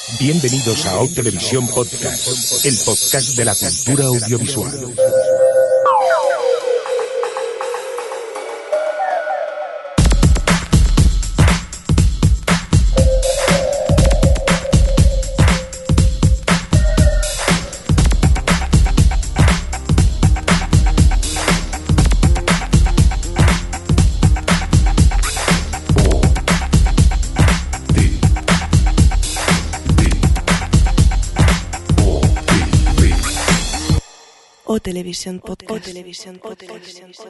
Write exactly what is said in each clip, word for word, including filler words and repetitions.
Bienvenidos a O Televisión Podcast, el podcast de la cultura audiovisual. O Televisión Podcast. O Televisión Podcast.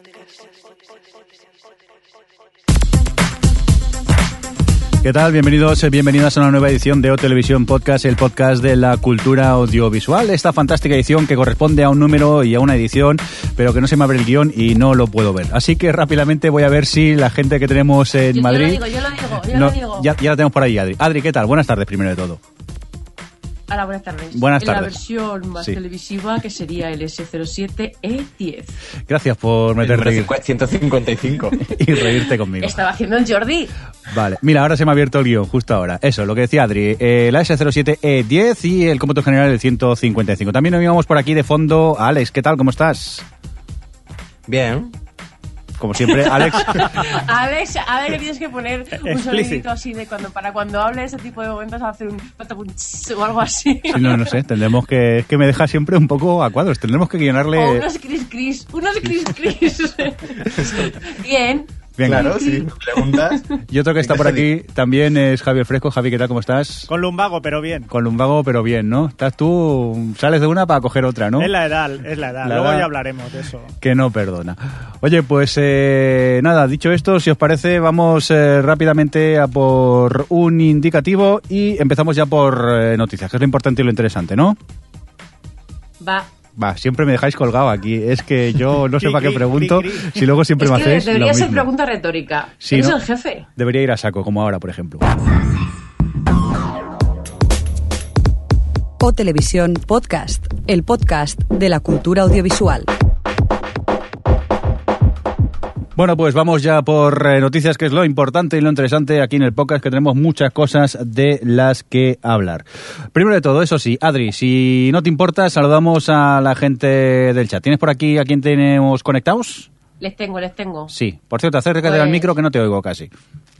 ¿Qué tal? Bienvenidos, bienvenidas a una nueva edición de O Televisión Podcast, el podcast de la cultura audiovisual. Esta fantástica edición que corresponde a un número y a una edición, pero que no se me abre el guión y no lo puedo ver. Así que rápidamente voy a ver si la gente que tenemos en yo, Madrid... Yo lo digo, yo lo digo, yo no, lo digo. Ya, ya la tenemos por ahí, Adri. Adri, ¿qué tal? Buenas tardes, primero de todo. Hola, buenas tardes. Buenas en tardes. La versión más sí. televisiva, que sería el ese cero siete E diez. Gracias por meterte ciento cincuenta y cinco y reírte conmigo. Estaba haciendo el Jordi. Vale, mira, ahora se me ha abierto el guión, justo ahora. Eso, lo que decía Adri, eh, la ese cero siete E diez y el cómputo general el ciento cincuenta y cinco. También nos íbamos por aquí de fondo a Alex. ¿Qué tal? ¿Cómo estás? Bien. Como siempre, Alex. Alex, a ver, que tienes que poner un sonidito así de cuando para cuando hable ese tipo de momentos hacer un patapum o algo así. Sí, no, no sé, tendremos que... Es que me deja siempre un poco a cuadros. Tendremos que guionarle... O unos cris cris, unos cris cris. Bien. Bien, claro, si me preguntas. Y otro que está por aquí también es Javier Fresco. Javi, ¿qué tal? ¿Cómo estás? Con lumbago, pero bien. Con lumbago, pero bien, ¿no? Estás tú... Sales de una para coger otra, ¿no? Es la edad, es la edad. La Luego edad ya hablaremos de eso. Que no perdona. Oye, pues eh, nada, dicho esto, si os parece, vamos eh, rápidamente a por un indicativo y empezamos ya por eh, noticias, que es lo importante y lo interesante, ¿no? Va. Va, siempre me dejáis colgado aquí. Es que yo no sé Cri, para qué cri, pregunto, cri, cri. si luego siempre Es me que hacéis lo debería ser mismo. pregunta retórica. Sí, Eres ¿no? el jefe. Debería ir a saco, como ahora, por ejemplo. O Televisión Podcast, el podcast de la cultura audiovisual. Bueno, pues vamos ya por eh, noticias, que es lo importante y lo interesante aquí en el podcast, que tenemos muchas cosas de las que hablar. Primero de todo, eso sí, Adri, si no te importa, saludamos a la gente del chat. ¿Tienes por aquí a quién tenemos conectados? Les tengo, les tengo. Sí. Por cierto, acércate Pues... al micro que no te oigo casi.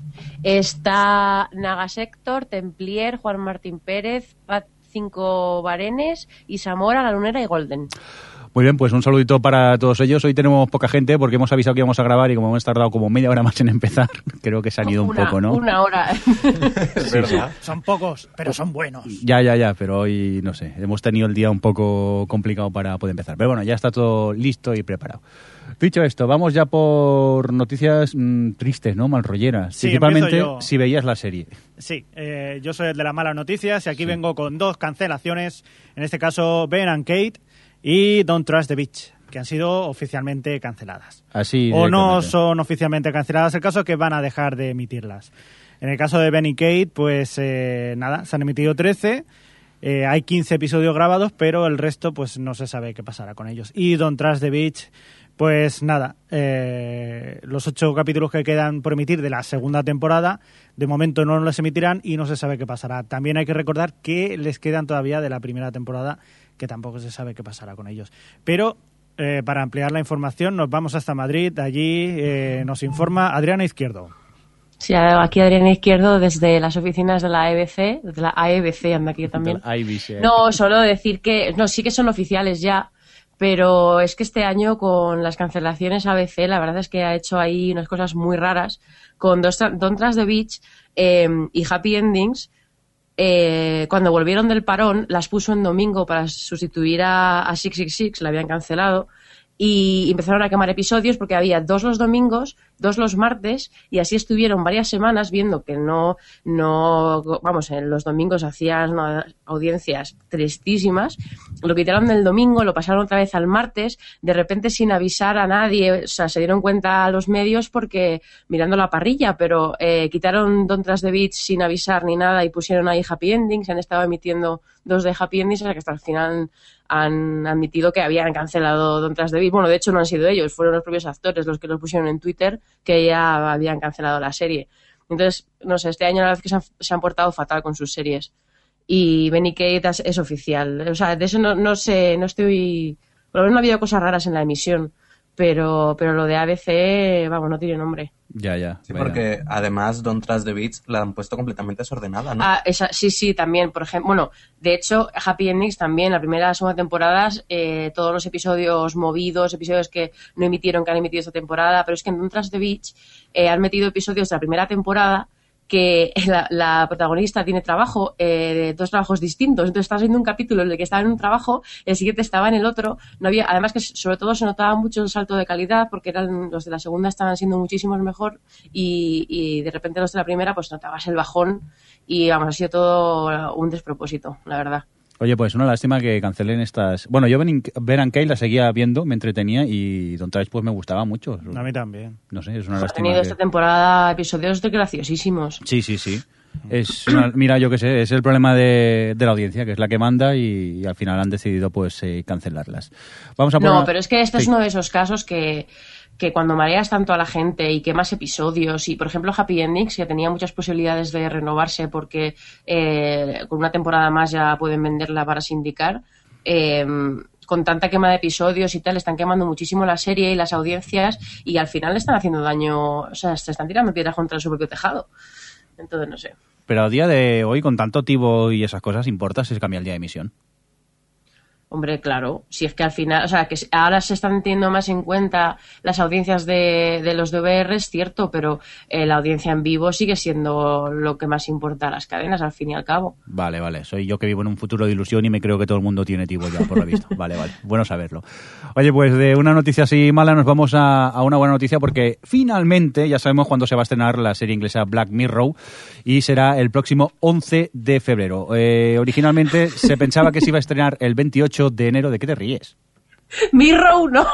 Está Nagasector, Templier, Juan Martín Pérez, Pat cinco Barenes y Zamora, La Lunera y Golden. Muy bien, pues un saludito para todos ellos. Hoy tenemos poca gente porque hemos avisado que íbamos a grabar y como hemos tardado como media hora más en empezar, creo que se han ido un una, poco, ¿no? Una hora. Es verdad. Son pocos, pero son buenos. Ya, ya, ya, pero hoy, no sé, hemos tenido el día un poco complicado para poder empezar. Pero bueno, ya está todo listo y preparado. Dicho esto, vamos ya por noticias mmm, tristes, ¿no? Malrolleras. Sí, principalmente empiezo yo. si veías la serie. Sí, eh, yo soy el de las malas noticias y aquí sí. vengo con dos cancelaciones. En este caso, Ben and Kate y Don't Trust the Beach, que han sido oficialmente canceladas. Así o no son oficialmente canceladas, el caso es que van a dejar de emitirlas. En el caso de Ben y Kate, pues eh, nada, se han emitido trece, eh, hay quince episodios grabados, pero el resto pues no se sabe qué pasará con ellos. Y Don't Trust the Beach, pues nada, eh, los ocho capítulos que quedan por emitir de la segunda temporada, de momento no los emitirán y no se sabe qué pasará. También hay que recordar que les quedan todavía de la primera temporada, que tampoco se sabe qué pasará con ellos. Pero eh, para ampliar la información nos vamos hasta Madrid, allí eh, nos informa Adriana Izquierdo. Sí, aquí Adriana Izquierdo desde las oficinas de la A E B C, de la A E B C anda aquí también. I B C. No, solo decir que, no, sí que son oficiales ya, pero es que este año con las cancelaciones A B C la verdad es que ha hecho ahí unas cosas muy raras con Don't Trust the Beach eh, y Happy Endings. Eh, cuando volvieron del parón las puso en domingo para sustituir a, a seis seis seis, la habían cancelado, y empezaron a quemar episodios porque había dos los domingos, dos los martes, y así estuvieron varias semanas viendo que no, no vamos, en los domingos hacían no, audiencias tristísimas. Lo quitaron del domingo, lo pasaron otra vez al martes, de repente sin avisar a nadie, o sea, se dieron cuenta a los medios porque mirando la parrilla, pero eh, quitaron Don't Trust the Beach sin avisar ni nada y pusieron ahí Happy Endings, han estado emitiendo dos de Happy Endings, o sea que hasta el final han admitido que habían cancelado Don't Trust the Beach. Bueno, de hecho no han sido ellos, fueron los propios actores los que los pusieron en Twitter que ya habían cancelado la serie. Entonces, no sé, este año la verdad es que se han, se han portado fatal con sus series. y Benny Kate es, es oficial. O sea, de eso no, no sé, no estoy... Por lo menos no ha habido cosas raras en la emisión, pero, pero lo de A B C, vamos, no tiene nombre. Ya, ya. Sí, vaya. porque además Don't Trust the Beach la han puesto completamente desordenada, ¿no? Ah, esa, sí, sí, también, por ejemplo, bueno, de hecho, Happy Endings también, la primera y la segunda temporadas, eh, todos los episodios movidos, episodios que no emitieron, que han emitido esta temporada, pero es que en Don't Trust the Beach eh, han metido episodios de la primera temporada que la, la protagonista tiene trabajo, eh, de dos trabajos distintos, entonces estás viendo un capítulo en el que estaba en un trabajo, el siguiente estaba en el otro, no había, además que sobre todo se notaba mucho el salto de calidad, porque eran los de la segunda estaban siendo muchísimos mejor, y, y de repente los de la primera pues notabas el bajón, y vamos, ha sido todo un despropósito, la verdad. Oye, pues una lástima que cancelen estas... Bueno, yo Ben and Kate la seguía viendo, me entretenía y Don't Trust pues me gustaba mucho. A mí también. No sé, es una Ha lástima. tenido que- esta temporada episodios de graciosísimos. Sí, sí, sí. Es una- mira, yo qué sé, es el problema de, de la audiencia, que es la que manda y, y al final han decidido pues eh, cancelarlas. Vamos a por No, una- pero es que este Sí. es uno de esos casos que, que cuando mareas tanto a la gente y quemas episodios, y por ejemplo Happy Endings, que tenía muchas posibilidades de renovarse porque eh, con una temporada más ya pueden venderla para sindicar, eh, con tanta quema de episodios y tal, están quemando muchísimo la serie y las audiencias y al final le están haciendo daño, o sea, se están tirando piedras contra su propio tejado. Entonces, no sé. Pero a día de hoy, con tanto tivo y esas cosas, ¿importa si se cambia el día de emisión? Hombre, claro, si es que al final, o sea, que ahora se están teniendo más en cuenta las audiencias de, de los D V R, es cierto, pero eh, la audiencia en vivo sigue siendo lo que más importa a las cadenas, al fin y al cabo. Vale, vale. Soy yo que vivo en un futuro de ilusión y me creo que todo el mundo tiene tivo ya, por lo visto. Vale, vale. Bueno saberlo. Oye, pues de una noticia así mala nos vamos a, a una buena noticia porque finalmente ya sabemos cuándo se va a estrenar la serie inglesa Black Mirror y será el próximo once de febrero. Eh, originalmente se pensaba que se iba a estrenar el veintiocho de enero. ¿De qué te ríes? Mirror, no.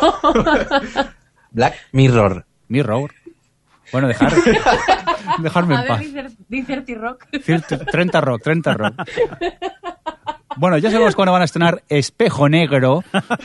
Black Mirror. Mirror. Bueno, dejar, dejarme A en ver, paz. dice, dice T-Rock. treinta Rock, treinta Rock. Bueno, ya sabemos cuándo van a estrenar Espejo Negro.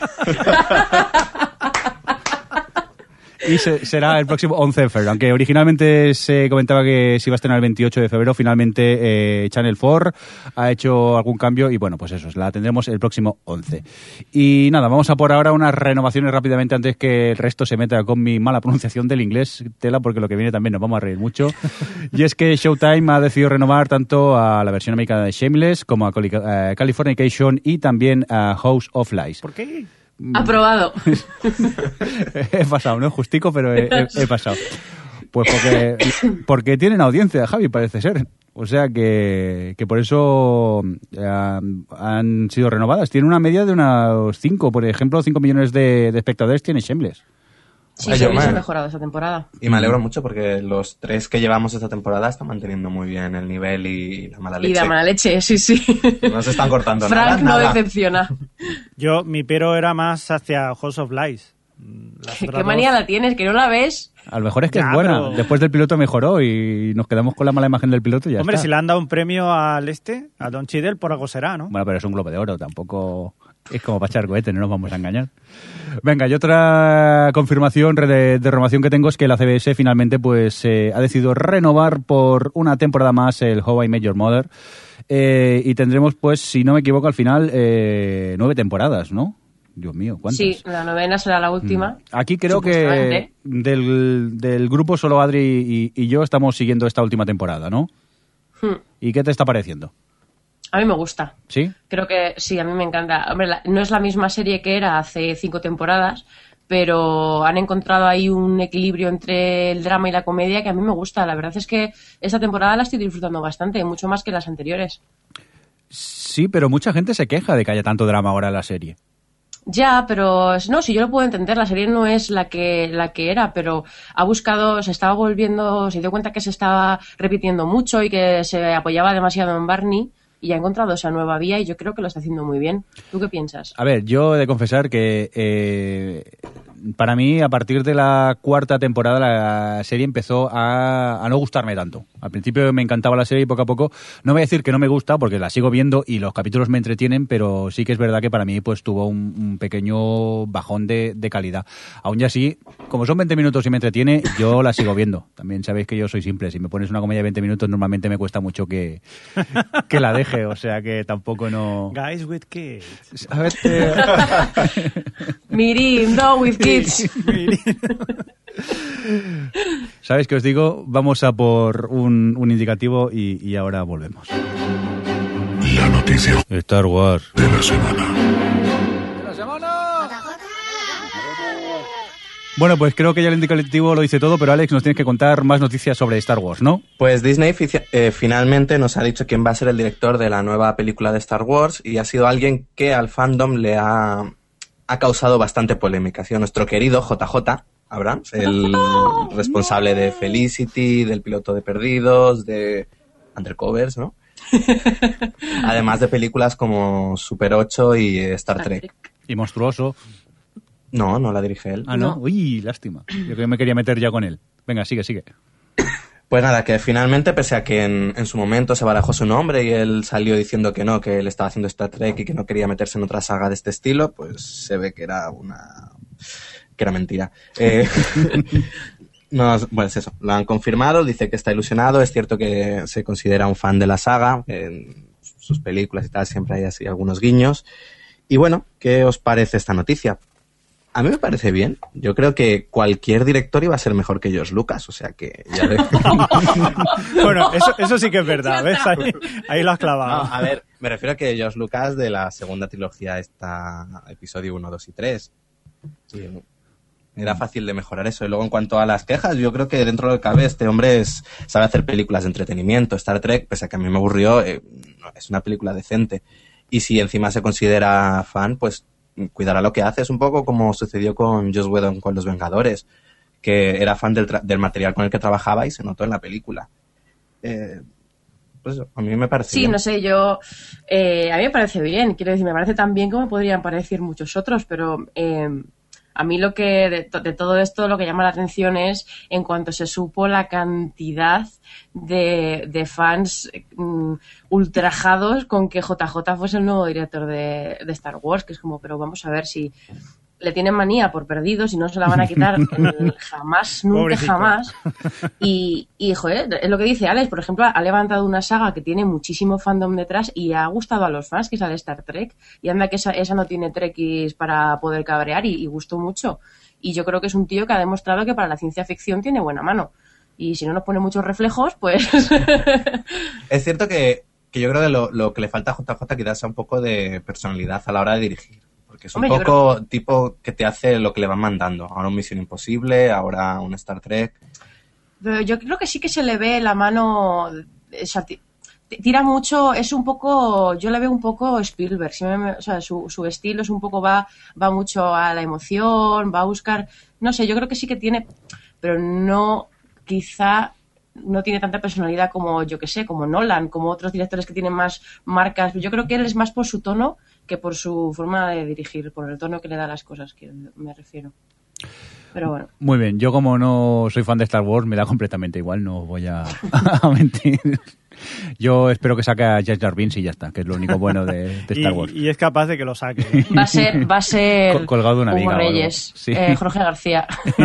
Y se, será el próximo once de febrero. Aunque originalmente se comentaba que se iba a estrenar el veintiocho de febrero, finalmente eh, Channel cuatro ha hecho algún cambio y bueno, pues eso, la tendremos el próximo once. Y nada, vamos a por ahora unas renovaciones rápidamente antes que el resto se meta con mi mala pronunciación del inglés, tela, porque lo que viene también nos vamos a reír mucho. Y es que Showtime ha decidido renovar tanto a la versión americana de Shameless como a Cali- eh, Californication y también a House of Lies. ¿Por qué? Aprobado. He pasado, no es justico, pero he, he- he pasado. Pues porque, porque tienen audiencia, Javi, parece ser. O sea que, que por eso eh, han sido renovadas. Tienen una media de unos cinco, por ejemplo, cinco millones de, de espectadores tiene Shameless. Sí, Ay, se yo, hubiese man. mejorado esta temporada. Y me alegro mucho porque los tres que llevamos esta temporada están manteniendo muy bien el nivel y la mala leche. Y de mala leche, sí, sí. No se están cortando nada, Frank no nada. decepciona. Yo, mi pero era más hacia House of Lies. Las ¿Qué otras manía dos- la tienes? ¿Que no la ves? A lo mejor es que Ya, es buena. pero- Después del piloto mejoró y nos quedamos con la mala imagen del piloto y ya Hombre, está. si le han dado un premio al este, a Don Cheadle, por algo será, ¿no? Bueno, pero es un globo de oro, tampoco es como para echar cohete, no nos vamos a engañar. Venga, y otra confirmación de, de renovación que tengo es que la C B S finalmente pues eh, ha decidido renovar por una temporada más el How I Met Your Mother eh, y tendremos pues, si no me equivoco, al final eh, nueve temporadas, ¿no? Dios mío, ¿cuántas? Sí, la novena será la última. Aquí creo que Supuestamente. del, del grupo solo Adri y, y yo estamos siguiendo esta última temporada, ¿no? Hmm. ¿Y qué te está pareciendo? A mí me gusta. ¿Sí? Creo que sí, a mí me encanta. Hombre, la- no es la misma serie que era hace cinco temporadas, pero han encontrado ahí un equilibrio entre el drama y la comedia que a mí me gusta. La verdad es que esta temporada la estoy disfrutando bastante, mucho más que las anteriores. Sí, pero mucha gente se queja de que haya tanto drama ahora en la serie. Ya, pero no, si yo lo puedo entender, la serie no es la que la que era, pero ha buscado, se estaba volviendo, se dio cuenta que se estaba repitiendo mucho y que se apoyaba demasiado en Barney y ha encontrado esa nueva vía y yo creo que lo está haciendo muy bien. ¿Tú qué piensas? A ver, yo he de confesar que eh, para mí, a partir de la cuarta temporada, la serie empezó a, a no gustarme tanto. Al principio me encantaba la serie y poco a poco, no voy a decir que no me gusta, porque la sigo viendo y los capítulos me entretienen, pero sí que es verdad que para mí pues tuvo un, un pequeño bajón de, de calidad. Aún y así, como son veinte minutos y me entretiene, yo la sigo viendo. También sabéis que yo soy simple. Si me pones una comedia de veinte minutos, normalmente me cuesta mucho que, que la deje. O sea que tampoco no... Guys with kids. A ver, eh... Mirindo with kids. ¿Sabes qué os digo? Vamos a por un, un indicativo y, y ahora volvemos. La noticia Star Wars de la semana. ¡De la semana! Bueno, pues creo que ya el indicativo lo dice todo, pero Alex, nos tienes que contar más noticias sobre Star Wars, ¿no? Pues Disney eh, finalmente nos ha dicho quién va a ser el director de la nueva película de Star Wars y ha sido alguien que al fandom le ha, ha causado bastante polémica. Ha sido nuestro querido J J Abrams, el responsable de Felicity, del piloto de Perdidos, de Undercovers, ¿no? Además de películas como Super ocho y Star Trek. Y Monstruoso. No, no la dirige él. Ah, ¿no? no. Uy, lástima. Yo que me quería meter ya con él. Venga, sigue, sigue. Pues nada, que finalmente, pese a que en, en su momento se barajó su nombre y él salió diciendo que no, que él estaba haciendo Star Trek y que no quería meterse en otra saga de este estilo, pues se ve que era una... que era mentira. Eh, no, pues eso, lo han confirmado, dice que está ilusionado, es cierto que se considera un fan de la saga, en sus películas y tal siempre hay así algunos guiños. Y bueno, ¿qué os parece esta noticia? A mí me parece bien. Yo creo que cualquier director iba a ser mejor que George Lucas, o sea que ya de... Bueno, eso, eso sí que es verdad, ¿ves? Ahí, ahí lo has clavado. No, a ver, me refiero a que George Lucas de la segunda trilogía está episodio uno, dos y tres. Sí, era fácil de mejorar eso. Y luego en cuanto a las quejas, yo creo que dentro del cabe este hombre es, sabe hacer películas de entretenimiento. Star Trek, pese a que a mí me aburrió, eh, es una película decente. Y si encima se considera fan, pues cuidará lo que hace. Es un poco como sucedió con Joss Whedon con Los Vengadores, que era fan del, tra- del material con el que trabajaba y se notó en la película. Eh, pues eso, a mí me parece Sí, bien. no sé, yo... Eh, a mí me parece bien, quiero decir, me parece tan bien como podrían parecer muchos otros, pero... Eh, a mí lo que de, to- de todo esto lo que llama la atención es en cuanto se supo la cantidad de, de fans mm, ultrajados con que J J fuese el nuevo director de, de Star Wars, que es como, pero vamos a ver si le tienen manía por Perdidos y no se la van a quitar en, jamás, nunca Pobrecito. jamás. Y, y, joder, es lo que dice Alex, por ejemplo, ha levantado una saga que tiene muchísimo fandom detrás y ha gustado a los fans, que es la de Star Trek, y anda que esa, esa no tiene trekkies para poder cabrear y, y gustó mucho. Y yo creo que es un tío que ha demostrado que para la ciencia ficción tiene buena mano. Y si no nos pone muchos reflejos, pues... Es cierto que, que yo creo que lo, lo que le falta a J J quizás sea un poco de personalidad a la hora de dirigir. Porque es un Hombre, yo poco creo- tipo que te hace lo que le van mandando. Ahora un Misión Imposible, ahora un Star Trek. Pero yo creo que sí que se le ve la mano... O sea, ti- tira mucho, es un poco... Yo le veo un poco Spielberg. Sí me- o sea, su, su estilo es un poco... Va, va mucho a la emoción, va a buscar... No sé, yo creo que sí que tiene... Pero no... Quizá... no tiene tanta personalidad como, yo que sé, como Nolan, como otros directores que tienen más marcas. Yo creo que él es más por su tono que por su forma de dirigir, por el tono que le da a las cosas, que me refiero. Pero bueno. Muy bien, yo como no soy fan de Star Wars, me da completamente igual, no voy a, a mentir. Yo espero que saque a Jar Jar Binks y ya está, que es lo único bueno de, de Star Wars. Y, y es capaz de que lo saque. ¿eh? Va a ser, va a ser Col- colgado de una Hugo viga o algo. Reyes, Sí. eh, Jorge García.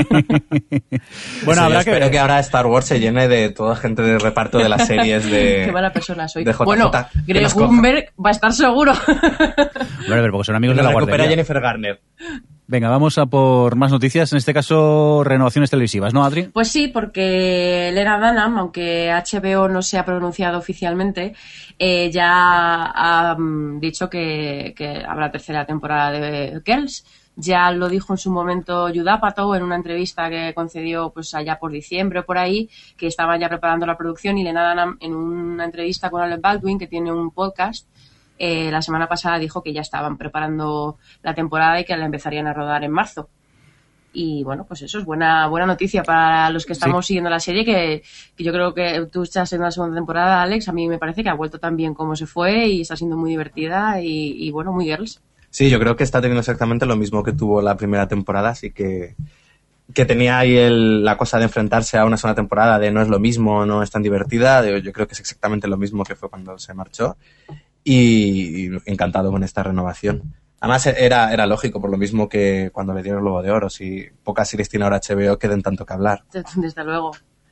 Bueno, Sí, habrá yo que espero ver. que ahora Star Wars se llene de toda gente de reparto de las series de... Qué mala persona soy. de J J, Bueno, que Greg nos coja. Thunberg va a estar seguro. Bueno, pero porque son amigos Que de la nos recupera guardería. Jennifer Garner. Venga, vamos a por más noticias, en este caso renovaciones televisivas, ¿no, Adri? Pues sí, porque Lena Dunham, aunque H B O no se ha pronunciado oficialmente, eh, ya ha mm, dicho que, que habrá tercera temporada de Girls. Ya lo dijo en su momento Judd Apatow en una entrevista que concedió pues allá por diciembre o por ahí, que estaban ya preparando la producción, y Lena Dunham en una entrevista con Alec Baldwin, que tiene un podcast, Eh, la semana pasada dijo que ya estaban preparando la temporada y que la empezarían a rodar en marzo. Y bueno, pues eso es buena buena noticia para los que estamos Sí. siguiendo la serie, que, que yo creo que tú estás en la segunda temporada, Alex. A mí me parece que ha vuelto tan bien como se fue y está siendo muy divertida y, y bueno, muy girls. Sí, yo creo que está teniendo exactamente lo mismo que tuvo la primera temporada, así que que tenía ahí el, la cosa de enfrentarse a una segunda temporada, de no es lo mismo, no es tan divertida, de, yo creo que es exactamente lo mismo que fue cuando se marchó, y, y encantado con esta renovación. Además era, era lógico, por lo mismo que cuando le dieron el Globo de Oro, si pocas series tiene ahora H B O que den tanto que hablar. Desde luego.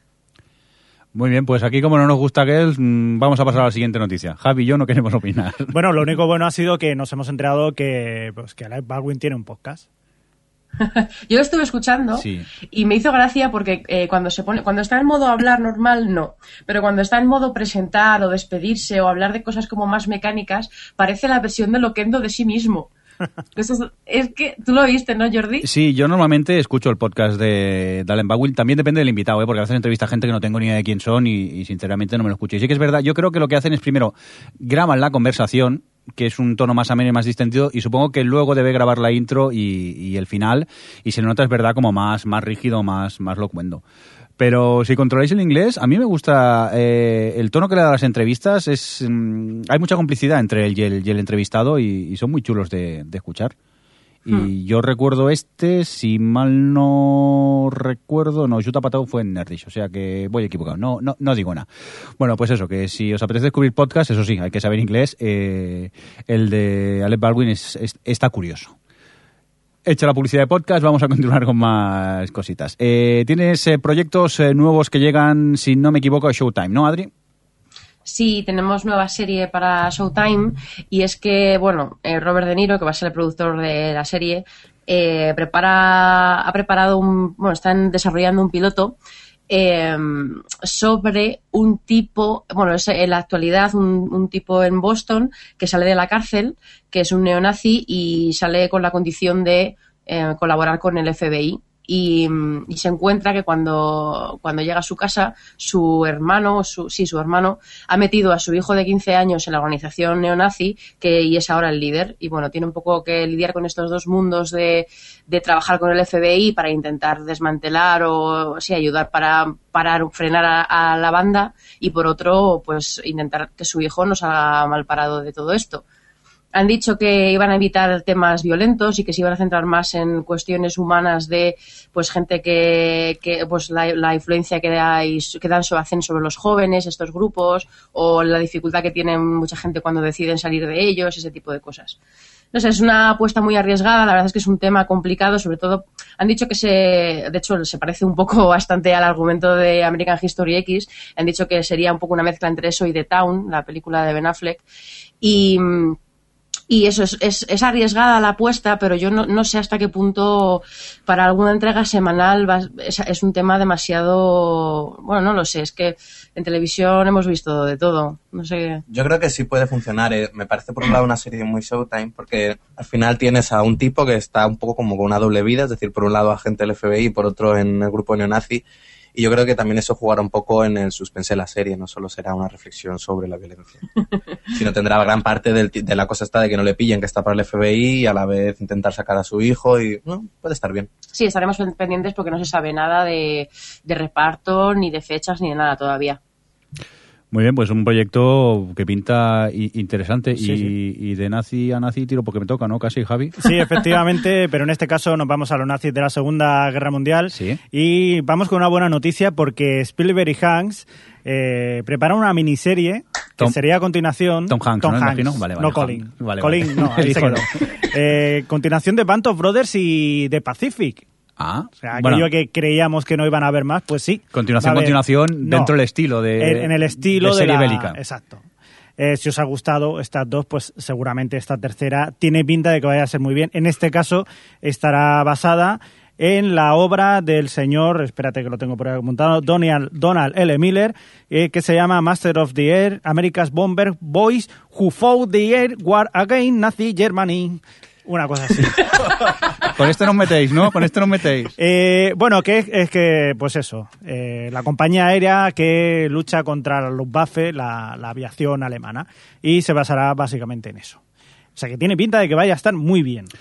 Muy bien, pues aquí como no nos gusta que él, vamos a pasar a la siguiente noticia. Javi y yo no queremos opinar. Bueno, lo único bueno ha sido que nos hemos enterado que, pues, que Alec Baldwin tiene un podcast. Yo lo estuve escuchando sí. y me hizo gracia porque eh, cuando se pone, cuando está en modo hablar normal, no. Pero cuando está en modo presentar o despedirse o hablar de cosas como más mecánicas, parece la versión de Loquendo de sí mismo. Eso es, es que tú lo viste, ¿no, Jordi? Sí, yo normalmente escucho el podcast de Alec Baldwin. También depende del invitado, ¿eh? Porque a veces entrevista a gente que no tengo ni idea de quién son y, y sinceramente no me lo escucho. Y sí que es verdad, yo creo que lo que hacen es primero graban la conversación, que es un tono más ameno y más distendido, y supongo que luego debe grabar la intro y, y el final, y se le nota, es verdad, como más, más rígido, más, más locuendo. Pero si controláis el inglés, a mí me gusta eh, el tono que le da a las entrevistas. Es mmm, hay mucha complicidad entre él y el, y el entrevistado y, y son muy chulos de, de escuchar. Y hmm. yo recuerdo este, si mal no recuerdo, no, Yuta Patao fue en Nerdish, o sea que voy equivocado, no, no, no digo nada. Bueno, pues eso, que si os apetece descubrir podcast, eso sí, hay que saber inglés, eh, el de Alec Baldwin es, es, está curioso. Hecha la publicidad de podcast, vamos a continuar con más cositas. Eh, ¿Tienes eh, proyectos eh, nuevos que llegan, si no me equivoco, a Showtime, no, Adri? Sí, tenemos nueva serie para Showtime y es que, bueno, eh, Robert De Niro, que va a ser el productor de la serie, eh, prepara, ha preparado un, bueno, están desarrollando un piloto eh, sobre un tipo, bueno, es en la actualidad un, un tipo en Boston que sale de la cárcel, que es un neonazi y sale con la condición de eh, colaborar con el F B I. Y, y se encuentra que cuando, cuando llega a su casa, su hermano, su, sí, su hermano, ha metido a su hijo de quince años en la organización neonazi, que, y es ahora el líder. Y bueno, tiene un poco que lidiar con estos dos mundos de, de trabajar con el F B I para intentar desmantelar o sí, ayudar para parar, frenar a, a la banda, y por otro, pues intentar que su hijo no salga mal parado de todo esto. Han dicho que iban a evitar temas violentos y que se iban a centrar más en cuestiones humanas de pues gente que, que pues la, la influencia que, hay, que dan hacen sobre los jóvenes, estos grupos, o la dificultad que tienen mucha gente cuando deciden salir de ellos, ese tipo de cosas. No sé, es una apuesta muy arriesgada, la verdad es que es un tema complicado, sobre todo han dicho que se, de hecho se parece un poco bastante al argumento de American History X, han dicho que sería un poco una mezcla entre eso y The Town, la película de Ben Affleck, y Y eso es, es, es arriesgada la apuesta, pero yo no, no sé hasta qué punto para alguna entrega semanal va, es, es un tema demasiado... Bueno, no lo sé, es que en televisión hemos visto de todo, no sé. Yo creo que sí puede funcionar. Eh. Me parece por un lado una serie muy Showtime, porque al final tienes a un tipo que está un poco como con una doble vida, es decir, por un lado agente del F B I y por otro en el grupo neonazi. Y yo creo que también eso jugará un poco en el suspense de la serie, no solo será una reflexión sobre la violencia, sino tendrá gran parte del, de la cosa esta de que no le pillen, que está para el F B I y a la vez intentar sacar a su hijo y no, puede estar bien. Sí, estaremos pendientes porque no se sabe nada de, de reparto, ni de fechas, ni de nada todavía. Muy bien, pues un proyecto que pinta interesante sí, y, sí. y de nazi a nazi tiro porque me toca, ¿no? Casi, Javi. Sí, efectivamente, pero en este caso nos vamos a los nazis de la Segunda Guerra Mundial. Sí. Y vamos con una buena noticia porque Spielberg y Hanks eh, preparan una miniserie Tom, que sería a continuación... Tom Hanks, Tom ¿no? Hanks, Imagino. Vale, vale, no Colin. Vale, Colin, vale. no, ahí se quedó. Eh, continuación de Band of Brothers y de Pacific. Ah, o sea, aquello bueno, que creíamos que no iban a ver más, pues sí. Continuación, continuación, no, dentro del estilo de En, en el estilo de, de serie la, bélica. Exacto. Eh, si os ha gustado estas dos, pues seguramente esta tercera tiene pinta de que vaya a ser muy bien. En este caso estará basada en la obra del señor, espérate que lo tengo por ahí apuntado, Donald, Donald L. Miller, eh, que se llama Master of the Air, America's Bomber Boys Who Fought the Air War Against Nazi Germany. Una cosa así. Con esto nos metéis, ¿no? Con esto nos metéis. Eh, bueno, que es, es que, pues eso, eh, la compañía aérea que lucha contra la Luftwaffe, la, la aviación alemana, y se basará básicamente en eso. O sea, que tiene pinta de que vaya a estar muy bien.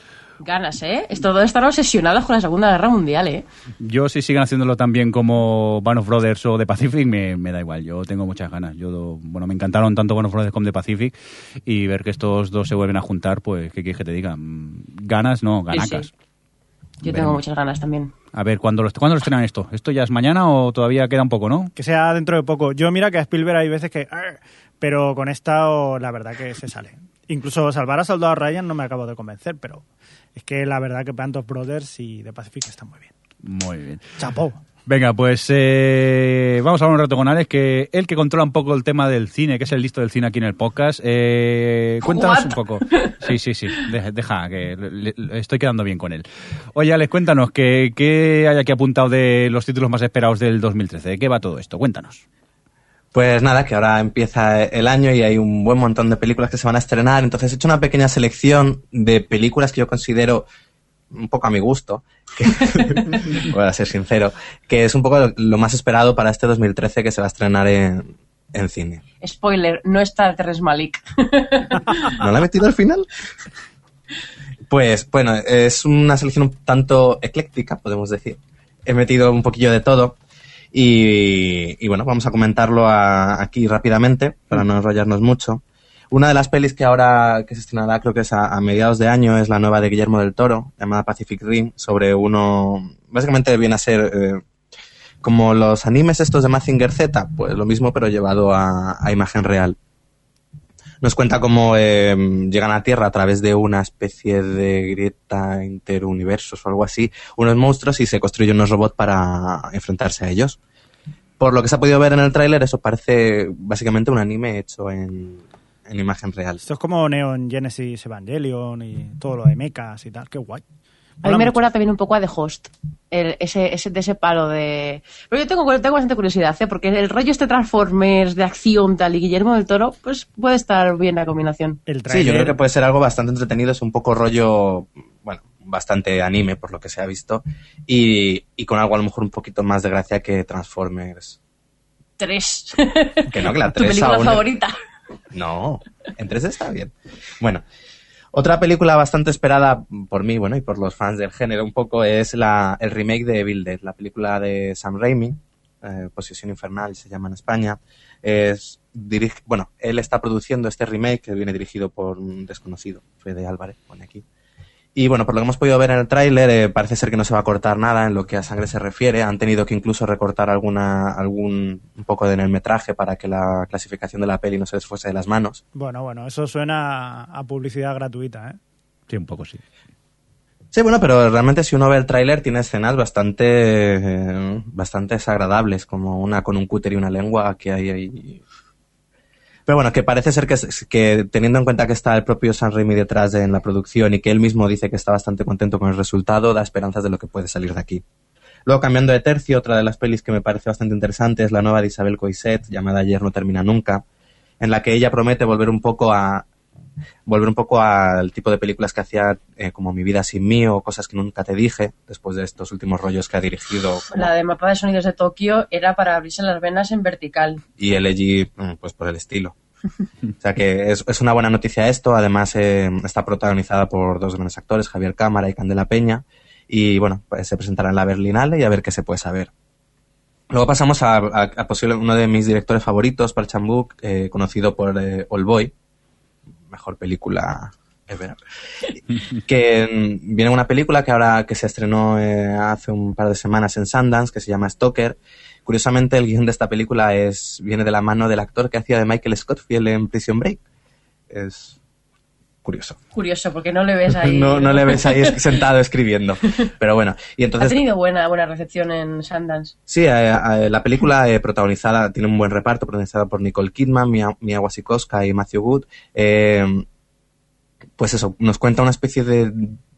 Ganas, ¿eh? Todos están obsesionados con la Segunda Guerra Mundial, ¿eh? Yo, si siguen haciéndolo tan bien como Band of Brothers o The Pacific, me, me da igual. Yo tengo muchas ganas. Yo, bueno, me encantaron tanto Band of Brothers como The Pacific, y ver que estos dos se vuelven a juntar, pues, ¿qué quieres que te diga? Ganas, no, ganacas. Sí, sí. Yo tengo Ven. muchas ganas también. A ver, ¿cuándo lo, ¿cuándo lo estrenan esto? ¿Esto ya es mañana o todavía queda un poco, no? Que sea dentro de poco. Yo, mira que a Spielberg hay veces que... Pero con esta, la verdad que se sale. Incluso Salvar a Soldado Ryan no me acabo de convencer, pero es que la verdad que Band of Brothers y The Pacific están muy bien. Muy bien. ¡Chapó! Venga, pues eh, vamos a hablar un rato con Alex, que él que controla un poco el tema del cine, que es el listo del cine aquí en el podcast. Eh, cuéntanos What? un poco. Sí, sí, sí, deja, deja que le, le estoy quedando bien con él. Oye, Alex, cuéntanos, ¿qué, qué hay aquí apuntado de los títulos más esperados del dos mil trece? ¿De qué va todo esto? Cuéntanos. Pues nada, que ahora empieza el año y hay un buen montón de películas que se van a estrenar. Entonces he hecho una pequeña selección de películas que yo considero un poco a mi gusto, que, voy a ser sincero, que es un poco lo, lo más esperado para este dos mil trece que se va a estrenar en, en cine. Spoiler, no está Terrence Malick. ¿No la he metido al final? Pues bueno, es una selección un tanto ecléctica, podemos decir. He metido un poquillo de todo. Y, y bueno, vamos a comentarlo a, aquí rápidamente, para no enrollarnos mucho. Una de las pelis que ahora que se estrenará, creo que es a, a mediados de año, es la nueva de Guillermo del Toro, llamada Pacific Rim, sobre uno... Básicamente viene a ser eh, como los animes estos de Mazinger Z, pues lo mismo pero llevado a, a imagen real. Nos cuenta cómo eh, llegan a Tierra a través de una especie de grieta interuniversos o algo así, unos monstruos, y se construyen unos robots para enfrentarse a ellos. Por lo que se ha podido ver en el tráiler, eso parece básicamente un anime hecho en, en imagen real. Esto es como Neon Genesis Evangelion y todo lo de mechas y tal, qué guay. A mí me recuerda también un poco a The Host, el, ese, ese, de ese palo de... Pero yo tengo, tengo bastante curiosidad, ¿eh? Porque el rollo este Transformers de acción tal y Guillermo del Toro, pues puede estar bien la combinación. El sí, yo creo que puede ser algo bastante entretenido, es un poco rollo, bueno, bastante anime por lo que se ha visto, y, y con algo a lo mejor un poquito más de gracia que Transformers. Tres. Que no, que la tres. ¿Tu película aún... favorita? No, en tres está bien. Bueno... Otra película bastante esperada por mí, bueno, y por los fans del género un poco, es la, el remake de Evil Dead, la película de Sam Raimi, eh, Posesión Infernal se llama en España. Es, dirige, bueno, él está produciendo este remake que viene dirigido por un desconocido, Fede Álvarez, pone aquí. Y bueno, por lo que hemos podido ver en el tráiler, eh, parece ser que no se va a cortar nada en lo que a sangre se refiere. Han tenido que incluso recortar alguna algún un poco en el metraje para que la clasificación de la peli no se les fuese de las manos. Bueno, bueno, eso suena a publicidad gratuita, ¿eh? Sí, un poco sí. Sí, bueno, pero realmente si uno ve el tráiler tiene escenas bastante eh, bastante desagradables, como una con un cúter y una lengua que hay ahí... Pero bueno, que parece ser que, que teniendo en cuenta que está el propio Sam Raimi detrás de, en la producción y que él mismo dice que está bastante contento con el resultado, da esperanzas de lo que puede salir de aquí. Luego, cambiando de tercio, otra de las pelis que me parece bastante interesante es la nueva de Isabel Coixet, llamada Ayer no termina nunca, en la que ella promete volver un poco a volver un poco al tipo de películas que hacía eh, como Mi vida sin mí o Cosas que nunca te dije, después de estos últimos rollos que ha dirigido. Como... La de Mapa de Sonidos de Tokio era para abrirse las venas en vertical. Y Elegy, pues por el estilo. O sea que es, es una buena noticia esto. Además eh, está protagonizada por dos grandes actores, Javier Cámara y Candela Peña, y bueno, pues se presentará en la Berlinale y a ver qué se puede saber. Luego pasamos a, a, a posible uno de mis directores favoritos, Park Chan-wook, eh, conocido por eh, Old Boy, mejor película ever, que viene una película que ahora que se estrenó eh, hace un par de semanas en Sundance, que se llama Stalker. Curiosamente el guión de esta película es viene de la mano del actor que hacía de Michael Scofield en Prison Break. Es curioso. Curioso, porque no le ves ahí. no, no le ves ahí sentado escribiendo. Pero bueno, y entonces... Ha tenido buena buena recepción en Sundance. Sí, eh, eh, la película eh, protagonizada, tiene un buen reparto, protagonizada por Nicole Kidman, Mia, Mia Wasikowska y Matthew Good. Eh, pues eso, nos cuenta una especie de...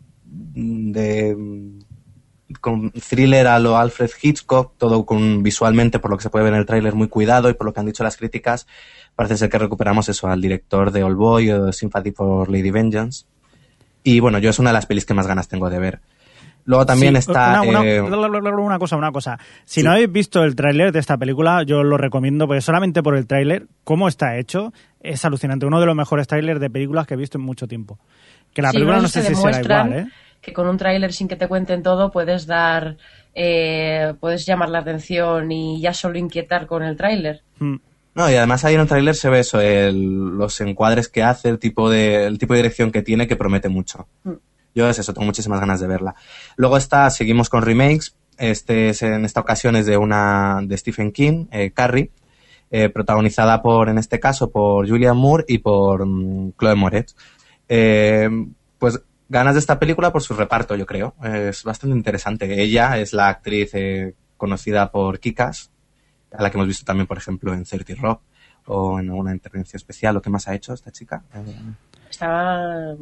de con thriller a lo Alfred Hitchcock, todo con visualmente, por lo que se puede ver en el tráiler, muy cuidado, y por lo que han dicho las críticas, parece ser que recuperamos eso al director de Old Boy o Sympathy for Lady Vengeance. Y bueno, yo es una de las pelis que más ganas tengo de ver. Luego también sí, está... Una, una, eh... una cosa, una cosa. Si sí. no habéis visto el tráiler de esta película, yo lo recomiendo, porque solamente por el tráiler, cómo está hecho, es alucinante. Uno de los mejores tráilers de películas que he visto en mucho tiempo. Que la sí, película no sé si será igual, ¿eh? que con un tráiler sin que te cuenten todo puedes dar, eh, puedes llamar la atención y ya solo inquietar con el tráiler. Mm. No, y además ahí en el tráiler se ve eso, el, los encuadres que hace, el tipo de el tipo de dirección que tiene, que promete mucho. Mm. Yo es eso, tengo muchísimas ganas de verla. Luego está, seguimos con remakes. Este es, en esta ocasión es de una de Stephen King, eh, Carrie, eh, protagonizada por, en este caso, por Julianne Moore y por um, Chloe Moretz. Eh, pues ganas de esta película por su reparto, yo creo. Eh, es bastante interesante. Ella es la actriz eh, conocida por Kick-Ass, a la que hemos visto también, por ejemplo, en thirty Rock o en alguna intervención especial. ¿O qué más ha hecho esta chica? Eh, Estaba...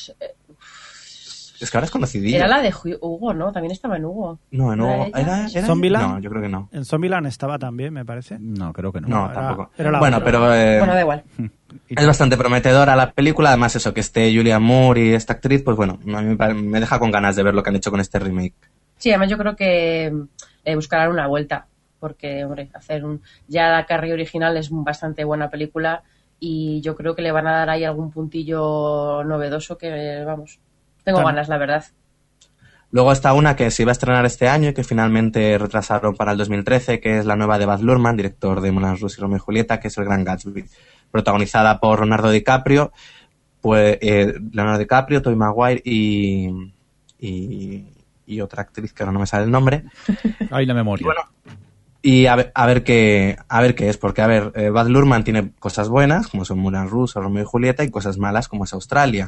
Es que ahora es conocidilla. Era la de Hugo, ¿no? También estaba en Hugo. No, en Hugo. ¿Era, era ¿Zombieland? No, yo creo que no. En Zombieland estaba también, me parece. No, creo que no. No, era, tampoco. Era la bueno, otra. pero... Eh, bueno, da igual. Es bastante prometedora la película. Además, eso, que esté Julianne Moore y esta actriz, pues bueno, a mí me deja con ganas de ver lo que han hecho con este remake. Sí, además yo creo que eh, buscarán una vuelta. Porque, hombre, hacer un... Ya la Carrie original es bastante buena película y yo creo que le van a dar ahí algún puntillo novedoso que, vamos, tengo Claro. ganas, la verdad. Luego está una que se iba a estrenar este año y que finalmente retrasaron para el dos mil trece, que es la nueva de Baz Luhrmann, director de Moulin Rouge y Romeo y Julieta, que es El Gran Gatsby, protagonizada por Leonardo DiCaprio, pues eh, Leonardo DiCaprio, Tobey Maguire y, y, y otra actriz que ahora no me sale el nombre. Ay, la memoria. Y bueno, y a ver, a ver qué a ver qué es, porque a ver, eh, Baz Luhrmann tiene cosas buenas, como son Moulin Rouge o Romeo y Julieta, y cosas malas, como es Australia.